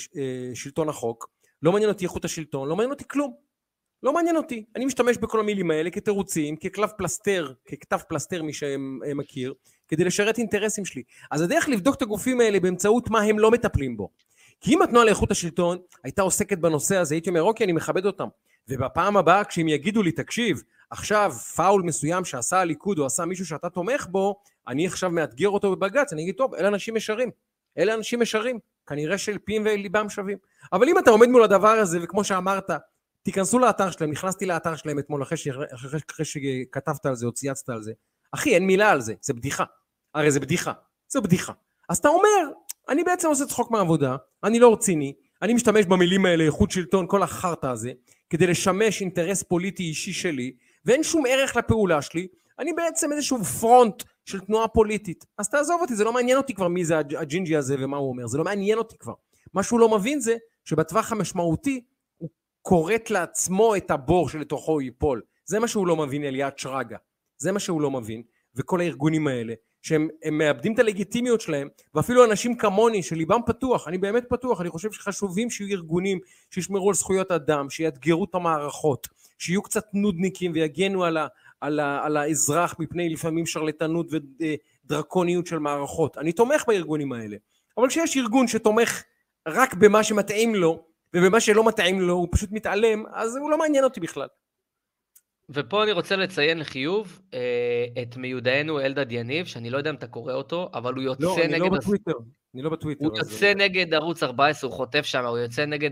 שלטון החוק, לא מעניין אותי איכות השלטון, לא מעניין אותי כלום. לא מעניין אותי. אני משתמש בכל המילים האלה כתירוצים, ככתב פלסטר, ככתב פלסטר מי שמכיר, כדי לשרת אינטרסים שלי. אז הדרך לבדוק את הגופים האלה באמצעות מה הם לא מטפלים בו. כי אם התנועה לאיכות השלטון הייתה עוסקת בנושא הזה, הייתי אומר, אוקיי, אני מכבד אותם. ובפעם הבאה, כשהם יגידו לי, תקשיב, עכשיו פאול מסוים שעשה הליכוד, או עשה מישהו שאתה תומך בו, אני עכשיו מאתגר אותו בבג"ץ, אני אגיד, טוב, אלה אנשים ישרים. אלה אנשים ישרים. כנראה של פיהם וליבם שווים. אבל אם אתה עומד מול הדבר הזה, וכמו שאמרת, תיכנסו לאתר שלהם, נכנסתי לאתר שלהם אתמול, אחרי, ש... אחרי שכתבת על זה, או צייצת על זה. אחי, אין מילה על זה, זה בדיחה. הרי זה בדיחה, זה בדיחה. אז אתה אומר, אני בעצם עושה צחוק מהעבודה, אני לא רציני, אני משתמש במילים האלה, איכות שלטון, כל החרטה הזה, כדי לשמש אינטרס פוליטי אישי שלי, ואין שום ערך לפעולה שלי, אני בעצם איזשהו פרונט של תנועה פוליטית. אז תעזוב אותי, זה לא מעניין אותי כבר מי זה הג'ינג'י הזה ומה הוא אומר, זה לא מעניין אותי כבר. מה שהוא לא מבין זה, שבטווח המשמעותי, הוא קוראת לעצמו את הבור שלתוכו הוא ייפול. זה מה שהוא לא מבין, אליעד שרגא. זה מה שהוא לא מבין, וכל הארגונים האלה, שהם מאבדים את הלגיטימיות שלהם, ואפילו אנשים כמוני שליבם פתוח, אני באמת פתוח, אני חושב שחשובים שיהיו ארגונים שישמרו על זכויות אדם, שיאתגרו את המערכות, שיהיו קצת נודניקים ויגנו על, ה, על, ה, על האזרח מפני לפעמים שרלטנות ודרקוניות של מערכות. אני תומך בארגונים האלה, אבל כשיש ארגון שתומך רק במה שמתאים לו, ובמה שלא מתאים לו הוא פשוט מתעלם, אז הוא לא מעניין אותי בכלל. ופה אני רוצה לציין לחיוב אה, את מיודענו אלדד יניב, שאני לא יודע אם אתה קורא אותו, אבל הוא יוצא לא, נגד... אני לא בטוויטר, אני לא בטוויטר. הוא יוצא נגד ערוץ ארבע עשרה, הוא חוטף שם, הוא יוצא נגד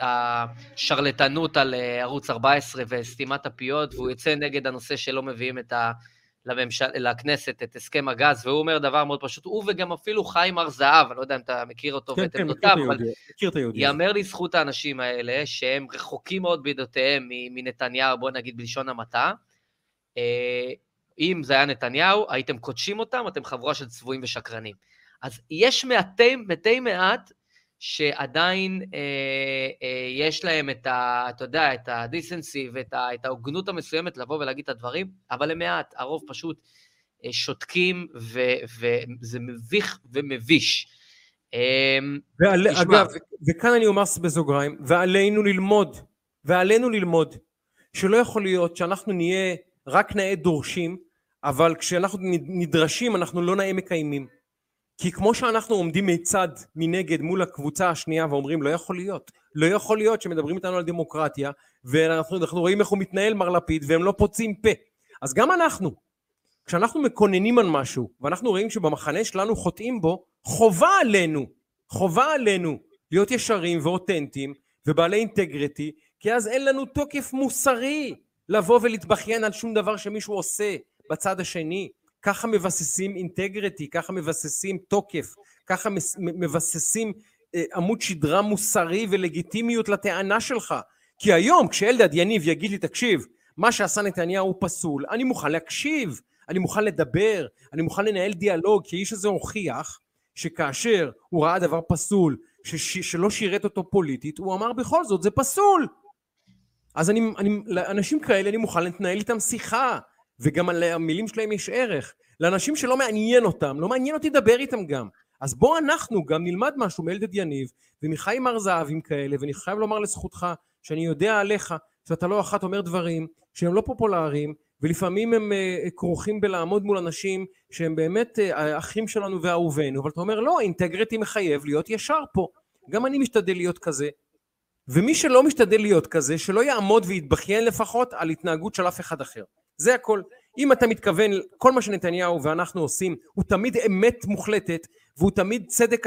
השרלטנות על ערוץ ארבע עשרה וסתימת הפיות, והוא יוצא נגד הנושא שלא מביאים את ה... לממשל, לכנסת את הסכם הגז, והוא אומר דבר מאוד פשוט, הוא וגם אפילו חיים הר זהב, אני לא יודע אם אתה מכיר אותו כן, ואת כן, עמדותיו, אבל מכיר את היהודי. יאמר לזכות האנשים האלה, שהם רחוקים מאוד בידותיהם מנתניהו, בוא נגיד בלשון המעטה, אם זה היה נתניהו, הייתם קודשים אותם, אתם חבורה של צבועים ושקרנים. אז יש מעטי, מתי מעט, שעדיין אה, אה, יש להם את ה, אתה יודע, את הדיסנסי ואת ה, את ההוגנות המסוימת לבוא ולהגיד את הדברים, אבל הם מעט, הרוב פשוט אה, שותקים, ו, וזה מביך ומביש. אה, ועל, אגב, וכאן אני אומר בסוגריים, ועלינו ללמוד, ועלינו ללמוד, שלא יכול להיות שאנחנו נהיה רק נאה דורשים, אבל כשאנחנו נדרשים אנחנו לא נאה מקיימים. כי כמו שאנחנו עומדים מצד מנגד מול הקבוצה השנייה ואומרים לא יכול להיות, לא יכול להיות שמדברים איתנו על דמוקרטיה ואנחנו אנחנו רואים איך הוא מתנהל מר לפיד והם לא פוצעים פה. אז גם אנחנו, כשאנחנו מקוננים על משהו ואנחנו רואים שבמחנה שלנו חוטאים בו, חובה עלינו, חובה עלינו להיות ישרים ואותנטיים ובעלי אינטגריטי, כי אז אין לנו תוקף מוסרי לבוא ולהתבכיין על שום דבר שמישהו עושה בצד השני. ככה מבססים אינטגריטי, ככה מבססים תוקף, ככה מבססים אה, עמוד שדרה מוסרי ולגיטימיות לטענה שלך. כי היום כשאלדד יניב יגיד לי, תקשיב, מה שעשה נתניהו הוא פסול, אני מוכן להקשיב, אני מוכן לדבר, אני מוכן לנהל דיאלוג, כי האיש הזה הוכיח שכאשר הוא ראה דבר פסול, ש- שלא שירת אותו פוליטית, הוא אמר בכל זאת, זה פסול. אז אני, אני, לאנשים כאלה אני מוכן להתנהל איתם שיחה, וגם על המילים שלהם יש ערך. לאנשים שלא מעניין אותם, לא מעניין אותי לדבר איתם גם. אז בוא אנחנו גם נלמד משהו מאלדד יניב, ומחיים הר זהבים כאלה, ואני חייב לומר לזכותך, שאני יודע עליך, שאתה לא אחת אומר דברים, שהם לא פופולריים, ולפעמים הם uh, כרוכים בלעמוד מול אנשים, שהם באמת uh, האחים שלנו ואהובינו, אבל אתה אומר, לא, אינטגריטי מחייב להיות ישר פה. גם אני משתדל להיות כזה. ומי שלא משתדל להיות כזה, שלא יעמוד ויתבכיין לפחות על התנהגות של אף אחד אחר. זה הכל. אם אתה מתכוון, כל מה שנתניהו ואנחנו עושים, הוא תמיד אמת מוחלטת, והוא תמיד צדק,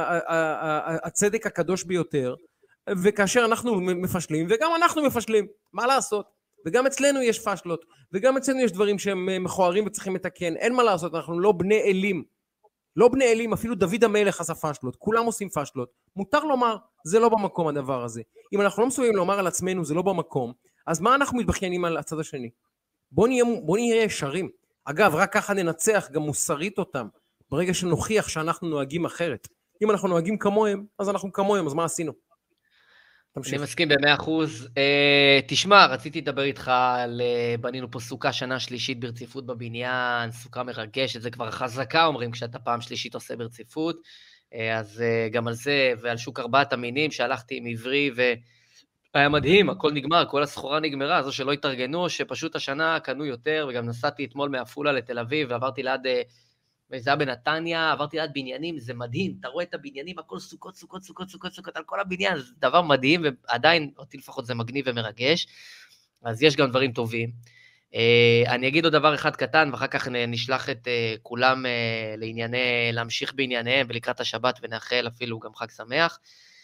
הצדק הקדוש ביותר, וכאשר אנחנו מפשלים, וגם אנחנו מפשלים, מה לעשות? וגם אצלנו יש פשלות, וגם אצלנו יש דברים שהם מכוערים וצריכים לתקן, אין מה לעשות, אנחנו לא בני אלים, לא בני אלים, אפילו דוד המלך עשה פשלות, כולם עושים פשלות, מותר לומר, זה לא במקום הדבר הזה. אם אנחנו לא מסוגלים לומר על עצמנו, זה לא במקום, אז מה אנחנו מתבכיינים על הצד השני? בוא נהיה, בוא נהיה ישרים. אגב, רק ככה ננצח גם מוסרית אותם, ברגע שנוכיח שאנחנו נוהגים אחרת. אם אנחנו נוהגים כמוהם, אז אנחנו כמוהם, אז מה עשינו? תמשיך. אני מסכים במאה אחוז. תשמע, רציתי לדבר איתך על, בנינו פה סוכה שנה שלישית ברציפות בבניין, סוכה מרגשת, זה כבר חזקה, אומרים, כשאתה פעם שלישית עושה ברציפות, אז גם על זה, ועל שוק ארבעת המינים, שהלכתי עם עברי, והיה מדהים, הכל נגמר, כל הסחורה נגמרה, זו שלא התארגנו, שפשוט השנה קנו יותר, וגם נסעתי אתמול מעפולה לתל אביב, ועברתי ליד, וזה היה בנתניה, עברתי ליד בניינים, זה מדהים, אתה רואה את הבניינים, הכל סוכות, סוכות, סוכות, סוכות, סוכות, על כל הבניין, זה דבר מדהים, ועדיין, אותי לפחות זה מגניב ומרגש, אז יש גם דברים טובים. אני אגיד עוד דבר אחד קטן, ואחר כך נשלח את כולם לענייני, להמשיך בענייניהם, ולקראת השבת, ונאחל אפילו גם חג שמח.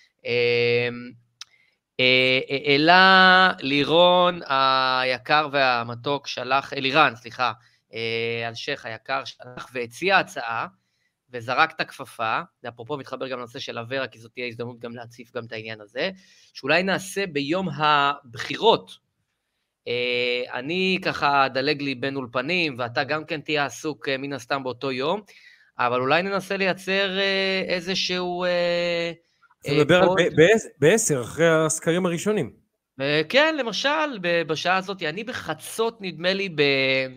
אלא לירון היקר והמתוק שלח, לירן, סליחה, אלשך היקר שלח והציע הצעה, וזרק את הכפפה, זה אפרופו מתחבר גם לנושא של אברה, כי זאת תהיה הזדמנות גם להציף גם את העניין הזה, שאולי נעשה ביום הבחירות, אני ככה דלג לי בין אולפנים, ואתה גם כן תהיה עסוק מן הסתם באותו יום, אבל אולי ננסה לייצר איזשהו... אתה מדבר בעשר, אחרי הסקרים הראשונים. כן, למשל, בשעה הזאת, אני בחצות נדמה לי ב...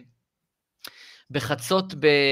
בחצות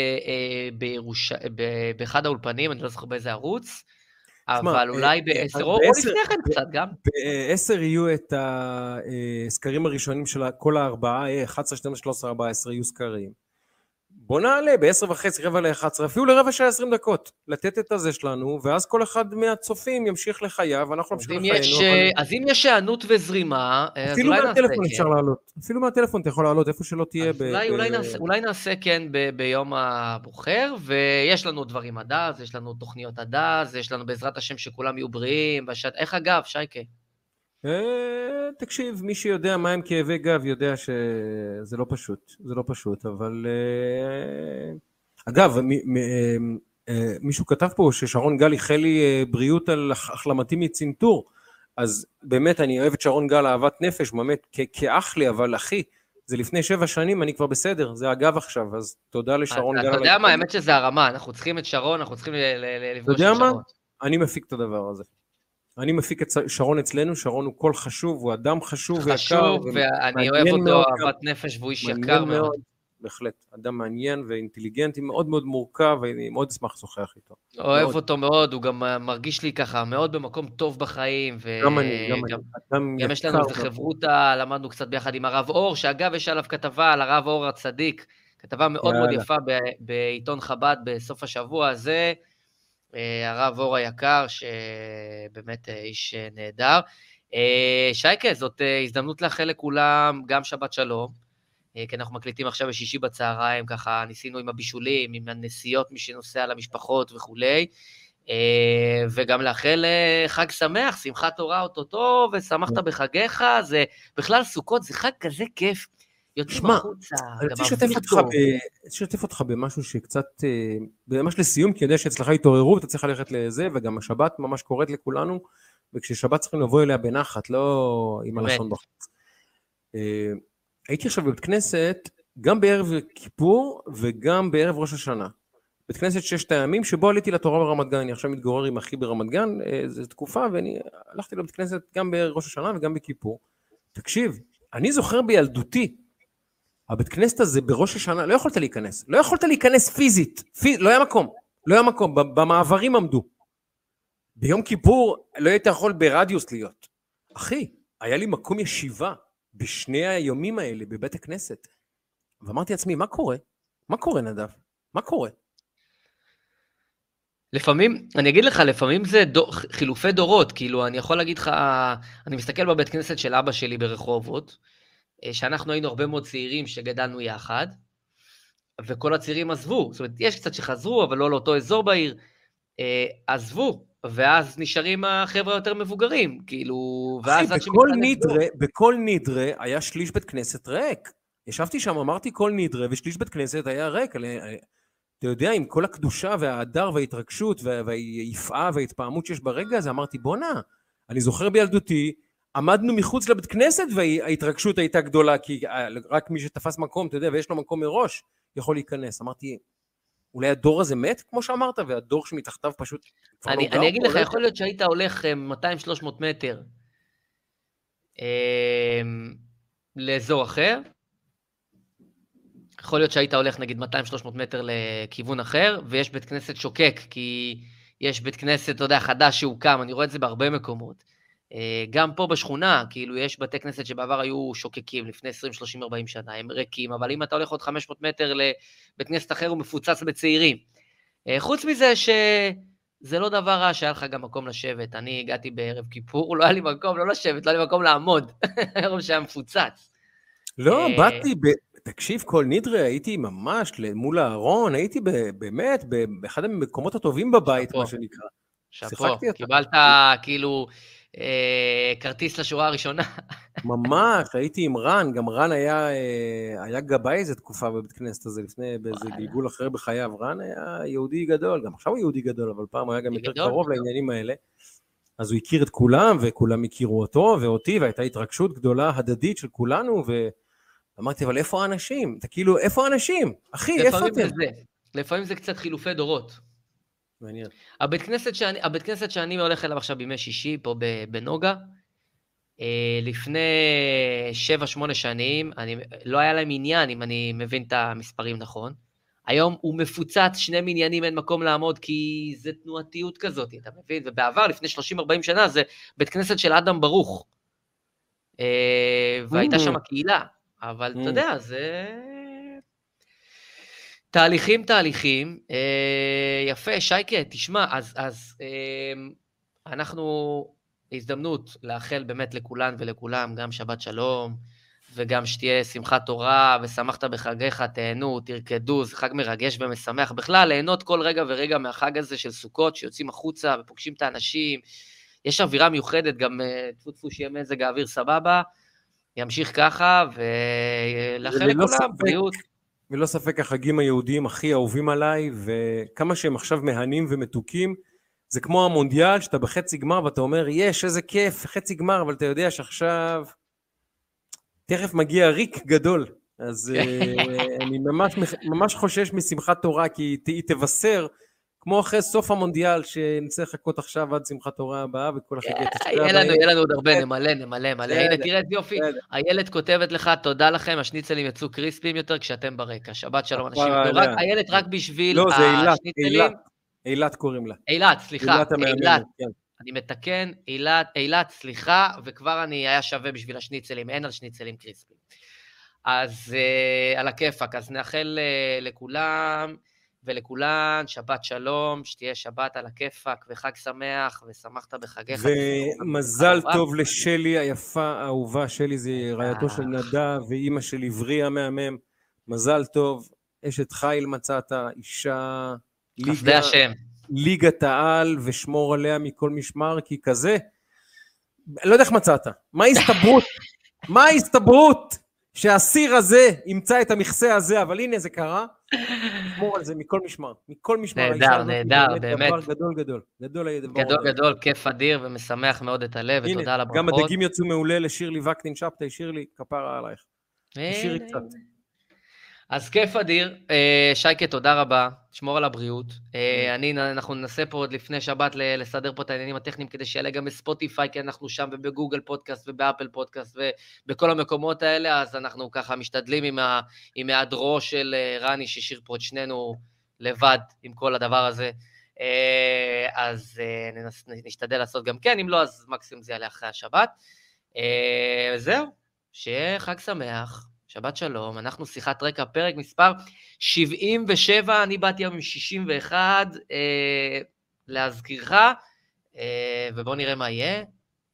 באחד האולפנים, אני לא זוכר באיזה ערוץ, אבל אולי בעשר, או לפני כן קצת גם. בעשר יהיו את הסקרים הראשונים של כל הארבעה, אחת עשרה, שתים עשרה, שלוש עשרה, ארבע עשרה יהיו סקרים. בוא נעלה ב-עשר וחצי, רבע ל-אחת עשרה, אפילו לרבע שעה עשרים דקות, לתת את הזה שלנו, ואז כל אחד מהצופים ימשיך לחייו, ואנחנו נמשיך לחיינו. אז אם יש שענות וזרימה, אפילו מהטלפון אפשר לעלות, אפילו מהטלפון אתה יכול לעלות, איפה שלא תהיה. אולי נעשה כן ביום הבוחר, ויש לנו דברים עד אז, יש לנו תוכניות עד אז, יש לנו בעזרת השם שכולם יהיו בריאים, איך אגב, שייקה? תקשיב, מי שיודע מה הם כאבי גב יודע שזה לא פשוט, זה לא פשוט, אבל אגב, מישהו כתב פה ששרון גל איחל לי בריאות על החלמתי מצנתור, אז באמת אני אוהב את שרון גל אהבת נפש, באמת כאח לי, אבל אחי, זה לפני שבע שנים, אני כבר בסדר, זה אגב עכשיו, אז תודה לשרון גל. אתה יודע מה, האמת שזה הרמה, אנחנו צריכים את שרון, אנחנו צריכים לפגוש את שרון. אני מפיק את הדבר הזה. אני מפיק את שרון אצלנו, שרון הוא קול חשוב, הוא אדם חשוב ויקר. חשוב, ואני אוהב אותו אהבת נפש, והוא איש יקר מאוד. בהחלט, אדם מעניין ואינטליגנטי, מאוד מאוד מורכב, ואני מאוד אשמח לשוחח איתו. אוהב אותו מאוד, הוא גם מרגיש לי ככה, מאוד במקום טוב בחיים. גם אני, גם אני. גם יש לנו איזה חברותה, למדנו קצת ביחד עם הרב אור, שאגב יש עליו כתבה על הרב אור הצדיק, כתבה מאוד מאוד יפה בעיתון חב"ד בסוף השבוע הזה, הרב אור היקר, שבאמת איש נהדר. שייקה, זאת הזדמנות לאחל לכולם, גם שבת שלום, כי אנחנו מקליטים עכשיו בשישי בצהריים, ככה ניסינו עם הבישולים, עם הנסיעות, מי שנוסע למשפחות וכולי, וגם לאחל חג שמח, שמחת תורה אוטוטו, ושמחת בחגיך, זה בכלל סוכות, זה חג כזה כיף. יוצאים החוצה, אני רוצה לשתף אותך במשהו שקצת, ממש לסיום, כי יודע שאצלך התעוררו, אתה צריך ללכת לזה, וגם השבת ממש קוראת לכולנו, וכששבת צריכים לבוא אליה בנחת, לא עם הלשון בחוץ. הייתי עכשיו בבית כנסת, גם בערב כיפור, וגם בערב ראש השנה. בית כנסת ששת הימים, שבו עליתי לתורה ברמת גן, אני עכשיו מתגורר עם אחי ברמת גן, זו תקופה, ואני הלכתי לבית כנסת גם בערב ראש השנה וגם בכיפור. תקשיב, אני זוכר בילדותי, הבית כנסת הזה בראש השנה, לא יכולת להיכנס, לא יכולת להיכנס פיזית, פיז, לא היה מקום, לא היה מקום, במעברים עמדו. ביום כיפור לא היית יכול ברדיוס להיות. אחי, היה לי מקום ישיבה בשני היומים האלה בבית הכנסת, ואמרתי לעצמי, מה קורה? מה קורה נדב? מה קורה? לפעמים, אני אגיד לך, לפעמים זה דו, חילופי דורות, כאילו אני יכול להגיד לך, אני מסתכל בבית כנסת של אבא שלי ברחובות, שאנחנו היינו הרבה מאוד צעירים שגדלנו יחד, וכל הצעירים עזבו, זאת אומרת, יש קצת שחזרו, אבל לא לאותו אזור בעיר, עזבו, ואז נשארים החבר'ה יותר מבוגרים, כאילו, ואז אחי, בכל נדרה, בכל נדרה היה שליש בית כנסת ריק, ישבתי שם, אמרתי כל נדרה, ושליש בית כנסת היה ריק, אתה יודע, עם כל הקדושה וההדר וההתרגשות והיפעה וההתפעמות שיש ברגע הזה, אמרתי, בונה, אני זוכר בילדותי, עמדנו מחוץ לבית כנסת וההתרגשות הייתה גדולה, כי רק מי שתפס מקום, אתה יודע, ויש לו מקום מראש, יכול להיכנס. אמרתי, אולי הדור הזה מת, כמו שאמרת, והדור שמתחתיו פשוט... אני, אני אגיד לך, יכול להיות שהיית הולך מאתיים שלוש מאות מטר אה, לאזור אחר, יכול להיות שהיית הולך נגיד מאתיים שלוש מאות מטר לכיוון אחר, ויש בית כנסת שוקק, כי יש בית כנסת, אתה יודע, חדש שהוקם, אני רואה את זה בהרבה מקומות. גם פה בשכונה, כאילו יש בתי כנסת שבעבר היו שוקקים לפני עשרים שלושים ארבעים שנה, הם ריקים, אבל אם אתה הולך עוד חמש מאות מטר לבית כנסת אחר, הוא מפוצץ בצעירים. חוץ מזה שזה לא דבר רע שהיה לך גם מקום לשבת, אני הגעתי בערב כיפור, לא היה לי מקום לא לשבת, לא היה לי מקום לעמוד, ערב שהיה מפוצץ. לא, באתי, תקשיב, כל נדרה, הייתי ממש מול הארון, הייתי באמת באחד המקומות הטובים בבית, מה שנקרא. שפו, קיבלת כאילו... כרטיס לשורה הראשונה. ממש, הייתי עם רן, גם רן היה, היה גבאי איזה תקופה בבית כנסת הזה, לפני באיזה גלגול אחר בחייו, רן היה יהודי גדול, גם עכשיו הוא יהודי גדול, אבל פעם היה גם יותר קרוב לעניינים האלה, אז הוא הכיר את כולם, וכולם הכירו אותו ואותי, והייתה התרגשות גדולה, הדדית של כולנו, ואמרתי, אבל איפה האנשים? אתה כאילו, איפה האנשים? אחי, איפה אתם? לפעמים זה קצת חילופי דורות. מעניין. הבית כנסת שאני, הבית כנסת שאני הולך אליו עכשיו בימי שישי, פה בנוגה, לפני שבע, שמונה שנים, אני, לא היה להם עניין, אם אני מבין את המספרים נכון. היום הוא מפוצץ, שני מניינים אין מקום לעמוד, כי זה תנועתיות כזאת, אתה מבין? ובעבר, לפני שלושים ארבעים שנה, זה בית כנסת של אדם ברוך. והייתה שם הקהילה. אבל אתה יודע, זה... תהליכים, תהליכים. אה, יפה, שייקה, תשמע, אז, אז אה, אנחנו, הזדמנות לאחל באמת לכולן ולכולם, גם שבת שלום, וגם שתהיה שמחת תורה, ושמחת בחגיך, תהנו, תרקדו, זה חג מרגש ומשמח. בכלל, ליהנות כל רגע ורגע מהחג הזה של סוכות, שיוצאים החוצה ופוגשים את האנשים. יש אווירה מיוחדת, גם תפו שיהיה מזג האוויר סבבה, ימשיך ככה, ולאחל לכולם, ספק, בריאות. ולא ספק החגים היהודיים הכי אהובים עליי, וכמה שהם עכשיו מהנים ומתוקים, זה כמו המונדיאל, שאתה בחצי גמר, ואתה אומר, יש, איזה כיף, חצי גמר, אבל אתה יודע שעכשיו, תכף מגיע ריק גדול, אז אני ממש, ממש חושש משמחת תורה, כי היא תבשר, כמו אחרי סוף המונדיאל, שנצא לחכות עכשיו עד שמחת תורה הבאה, וכל החגי תשתה. יהיה לנו עוד הרבה, נמלא, נמלא, נמלא. הנה, תראה את יופי, הילד כותבת לך, תודה לכם, השניצלים יצאו קריספיים יותר, כשאתם ברקע. שבת שלום אנשים. הילד רק בשביל השניצלים. אילת קוראים לה. אילת, סליחה, אילת. אני מתקן, אילת, אילת, סליחה, וכבר אני היה שווה בשביל השניצלים, אין על שניצלים קריספיים. אז על הכיפק, אז נאחל לכולם, ולכולן, שבת שלום, שתהיה שבת על הכיפק, וחג שמח, ושמחת בחגיך. ומזל טוב לשלי היפה, האהובה, שלי זה רעייתו של נדב, ואימא של עברי המהמם, מזל טוב, אשת חיל מצאת, אישה, חסדי השם. ליגת העל, ושמור עליה מכל משמר, כי כזה, לא יודע איך מצאת, מה ההסתברות? מה ההסתברות שהסיר הזה ימצא את המכסה הזה, אבל הנה זה קרה, שמור על זה מכל משמר, מכל משמר. נהדר, נהדר, באמת. גדול, גדול, גדול. גדול, גדול, כיף אדיר, ומשמח מאוד את הלב, ותודה על הברכות. גם הדגים יצאו מעולה לשירלי וקנין שבתאי, שירלי, כפרה עלייך. שירי קצת. אז כיף אדיר, שייקה, תודה רבה, תשמור על הבריאות. אני, אנחנו ננסה פה עוד לפני שבת לסדר פה את העניינים הטכניים, כדי שיעלה גם בספוטיפיי, כי אנחנו שם, ובגוגל פודקאסט, ובאפל פודקאסט, ובכל המקומות האלה, אז אנחנו ככה משתדלים עם, ה, עם היעדרו של רני, ששיר פה את שנינו לבד עם כל הדבר הזה. אז ננס, נשתדל לעשות גם כן, אם לא, אז מקסימום זה יעלה אחרי השבת. וזהו, שיהיה חג שמח. שבת שלום, אנחנו שיחת רקע, פרק מספר שבעים ושבע, אני באתי היום עם שישים ואחת, אה, להזכירך, אה, ובואו נראה מה יהיה,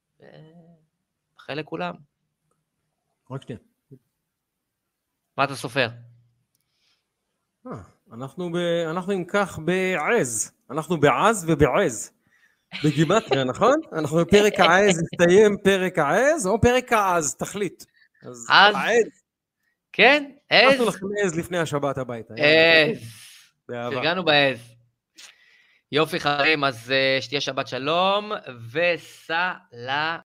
אחרי לכולם. רק שנייה. מה אתה סופר? אה, אנחנו, ב, אנחנו עם כך בעז, אנחנו בעז ובעז, בגימטריה, נכון? אנחנו בפרק העז, הסתיים פרק העז, או פרק העז, תחליט. אז העז. כן, עז. אנחנו לכם עז לפני השבת הביתה. עז. פרגנו בעז. יופי חברים, אז שתהיה שבת שלום, וסלאם.